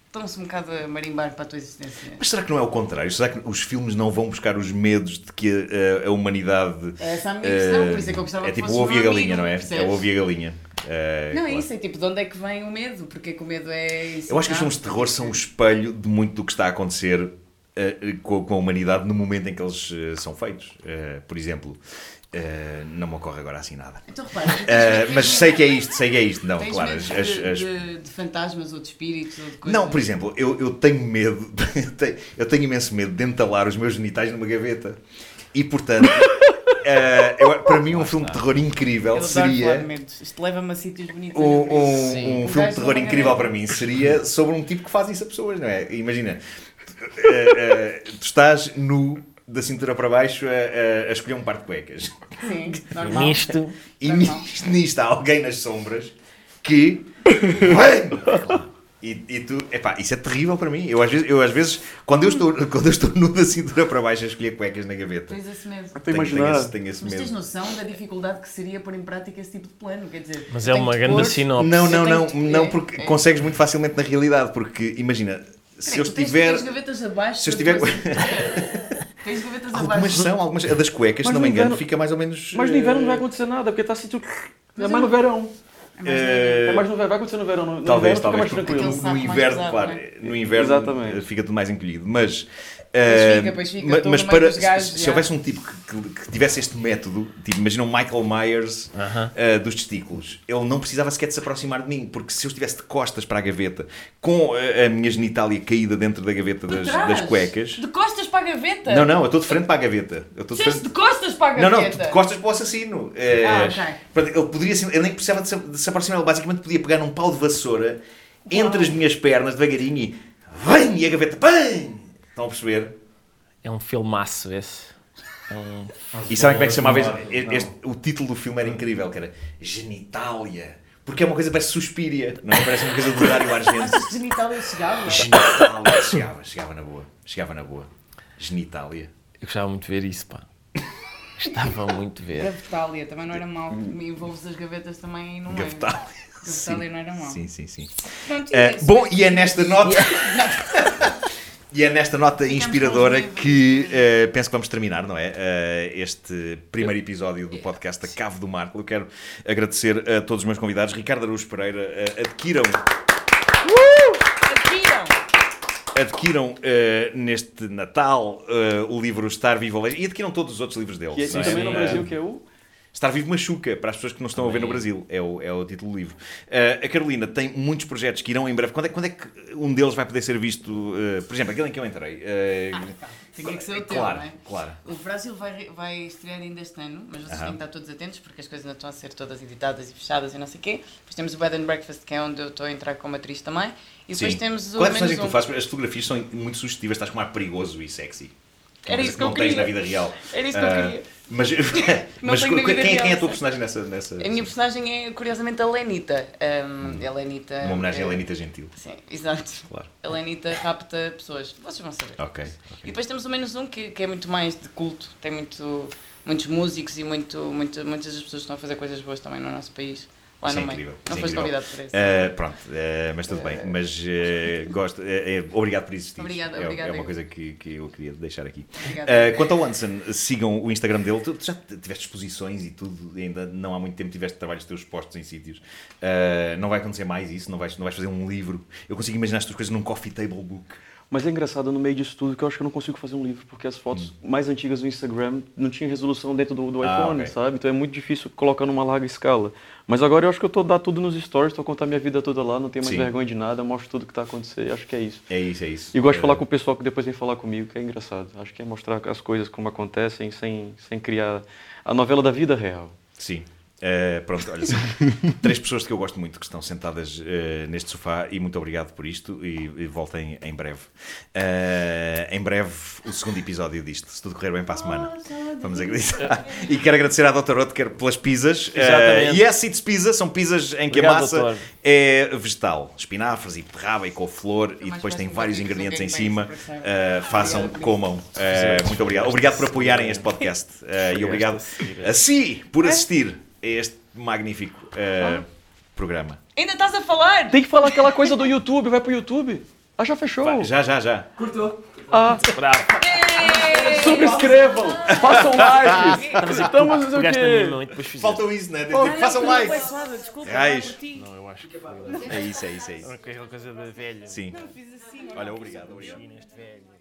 estão-se um bocado a marimbar para a tua existência.
Mas será que não é o contrário? Será que os filmes não vão buscar os medos de que a, a humanidade...
É essa a minha questão, uh, por isso é que eu gostava
é
que
tipo
fosse
o ovo e a galinha,
amigo,
não é?
Percebes?
É o ovo e a galinha. Uh,
não,
claro.
é isso, é tipo, de onde é que vem o medo? Porque é que o medo é isso?
Eu acho que os filmes de terror são o espelho de muito do que está a acontecer uh, com, com a humanidade no momento em que eles uh, são feitos. Uh, por exemplo... Uh, não me ocorre agora assim nada.
Então repara,
uh, mas sei que é isto, sei que é isto. Não,
tens
claro.
Medo
As,
de,
as...
De, de fantasmas ou de espíritos ou de coisas.
Não, por exemplo, eu, eu tenho medo, eu tenho imenso medo de entalar os meus genitais numa gaveta. E portanto, uh, eu, para mim, um filme de terror incrível
eu
seria.
Isto leva-me a sítios bonitos.
Um, um, um filme de terror incrível
gaveta.
para mim seria sobre um tipo que faz isso a pessoas, não é? Imagina, uh, uh, tu estás nu. Da cintura para baixo a, a, a escolher um par de cuecas.
Sim, normal.
Nisto.
E nisto, nisto há alguém nas sombras que vem! E, e tu, epá, isso é terrível para mim. Eu às vezes, eu, às vezes quando, eu estou, quando eu estou nu da cintura para baixo a escolher cuecas na gaveta.
Tens esse medo.
Tenho, tenho esse, tenho esse
Mas
medo.
tens noção da dificuldade que seria pôr em prática esse tipo de plano? Quer dizer,
mas é uma grande sinopse.
Não, não, não,
que...
não,
é,
porque
é.
consegues muito facilmente na realidade. Porque imagina, se eu estiver.
Tens gavetas abaixo.
Se eu estiver.
Tens gavetas
Algumas
abaixo.
são, algumas. A das cuecas, se não me engano, inverno, fica mais ou menos.
Mas no inverno não vai acontecer nada, porque está assim tudo. É mais no verão. É mais no verão, vai acontecer no verão. No
talvez,
inverno
talvez.
fica mais tranquilo.
No, no inverno,
pesado,
claro.
é?
No inverno
Exatamente.
Fica tudo mais encolhido. Mas.
Pois fica, pois fica,
mas, mas para,
gajos,
se, se houvesse um tipo que, que, que tivesse este método, tipo, imagina um Michael Myers uh-huh. uh, dos testículos, ele não precisava sequer de se aproximar de mim, porque se eu estivesse de costas para a gaveta, com a, a minha genitália caída dentro da gaveta das, das cuecas...
De costas para a gaveta?
Não, não, eu estou de frente para a gaveta. Eu estou
de,
frente...
de costas para a gaveta?
Não, não, de costas para o assassino. Uh,
ah, ok.
Ele, poderia, ele nem precisava de se, de se aproximar, ele basicamente podia pegar num pau de vassoura entre Uau. as minhas pernas, devagarinho, e... Vem! E a gaveta... Pam! Estão a perceber?
É um filmaço esse. É um...
E sabem como é que se chamava? Este, este, o título do filme era incrível, que era Genitália. Porque é uma coisa que parece Suspiria, não é? Parece uma coisa do Dario Argento.
Achas que Genitália chegava?
Genitália, chegava, chegava na boa. Chegava na boa. Genitália.
Eu gostava muito de ver isso, pá. Gostava muito de ver.
Gavetália, também não era mau. Envolves as gavetas também não é.
Gavetália.
Gavetália não era mau.
Sim, sim, sim.
Pronto,
uh, bom, e é nesta nota... E é nesta nota inspiradora que uh, penso que vamos terminar, não é? Uh, este primeiro episódio do podcast da Cave do Marco. Eu quero agradecer a todos os meus convidados. Ricardo Araújo Pereira, uh, adquiram...
Uh! Adquiram!
Adquiram uh, neste Natal uh, o livro Estar Vivo e adquiram todos os outros livros dele.
Que é assim também no Brasil, que é o...
Estar Vivo Machuca, para as pessoas que não estão a ver no Brasil, é o, é o título do livro. Uh, a Carolina tem muitos projetos que irão em breve. Quando é, quando é que um deles vai poder ser visto? Uh, por exemplo, aquele em que eu entrei. Uh,
ah, tinha que ser o teu,
claro,
não é?
Claro.
O Brasil vai, vai estrear ainda este ano, mas vocês uh-huh. têm que estar todos atentos porque as coisas ainda estão a ser todas editadas e fechadas e não sei o quê. Depois temos o Bed and Breakfast, que é onde eu estou a entrar como atriz também. E depois
Sim.
temos o.
Qual é a personagem que tu fazes? As fotografias são muito sugestivas, estás com um ar perigoso e sexy.
Era isso que eu
não
queria.
tens na vida real.
Era isso que eu queria.
Uh, mas mas quem, quem, quem é a tua personagem nessa, nessa...
A minha personagem é, curiosamente, a Lenita. Um, hum. A Lenita...
Uma homenagem
é...
a Lenita Gentil.
Sim, exato.
Claro.
A Lenita rapta pessoas. Vocês vão saber.
Ok. okay.
E depois temos o Menos Um, que, que é muito mais de culto. Tem muito, muitos músicos e muito, muito, muitas das pessoas estão a fazer coisas boas também no nosso país. Lá
isso
no
é incrível.
Não
isso
foste
é
convidado por isso.
Uh, pronto, uh, mas tudo uh, bem. Mas uh, gosto. Uh, uh, obrigado por existir.
Obrigada,
é,
obrigada.
É uma coisa que, que eu queria deixar aqui.
Uh,
quanto ao Anson, sigam o Instagram dele. Tu, tu já tiveste exposições e tudo, ainda não há muito tempo tiveste trabalhos teus postos em sítios. Uh, não vai acontecer mais isso, não vais, não vais fazer um livro. Eu consigo imaginar as tuas coisas num coffee table book.
Mas é engraçado no meio disso tudo que eu acho que eu não consigo fazer um livro, porque as fotos hum. mais antigas do Instagram não tinham resolução dentro do, do
ah,
iPhone,
okay.
sabe? Então é muito difícil colocar numa larga escala. Mas agora eu acho que eu tô dando tudo nos stories, tô contando minha vida toda lá, não tenho mais Sim. vergonha de nada, mostro tudo que tá acontecendo, acho que é isso.
É isso, é isso.
E gosto
é...
de falar com o pessoal que depois vem falar comigo, que é engraçado. Acho que é mostrar as coisas como acontecem, sem, sem criar a novela da vida real.
Sim. Uh, pronto, olha, são três pessoas que eu gosto muito que estão sentadas uh, neste sofá e muito obrigado por isto e, e voltem em breve. Uh, em breve o segundo episódio disto, se tudo correr bem para a semana. Vamos acreditar. E quero agradecer à doutora Oetker pelas pizzas. Uh, e yes, it's pizza, são pizzas em que obrigado, a massa doutor. é vegetal. Espinafres e beterraba e couve-flor e depois tem vários ingredientes em cima. Uh, façam, comam. Uh, muito obrigado. Obrigado por apoiarem este podcast uh, e obrigado a si por assistir este magnífico uh, programa.
Ainda estás a falar?
Tem que falar aquela coisa do YouTube, vai pro YouTube. Ah, já fechou?
Vai, já, já, já.
Cortou.
Ah,
Bravo.
subscrevam, façam likes.
Estamos aqui,
Estamos o
pegaste na minha
quê?
mão e depois fizeste.
Faltou isso, né?
Ah, não,
Façam
não,
like.
foi suave, desculpa,
Reais.
não é por ti.
Não, eu acho que foi
É isso, é isso, é isso.
aquela coisa da velha.
Sim.
Não fiz assim.
Olha, obrigado, obrigado.
Neste velho.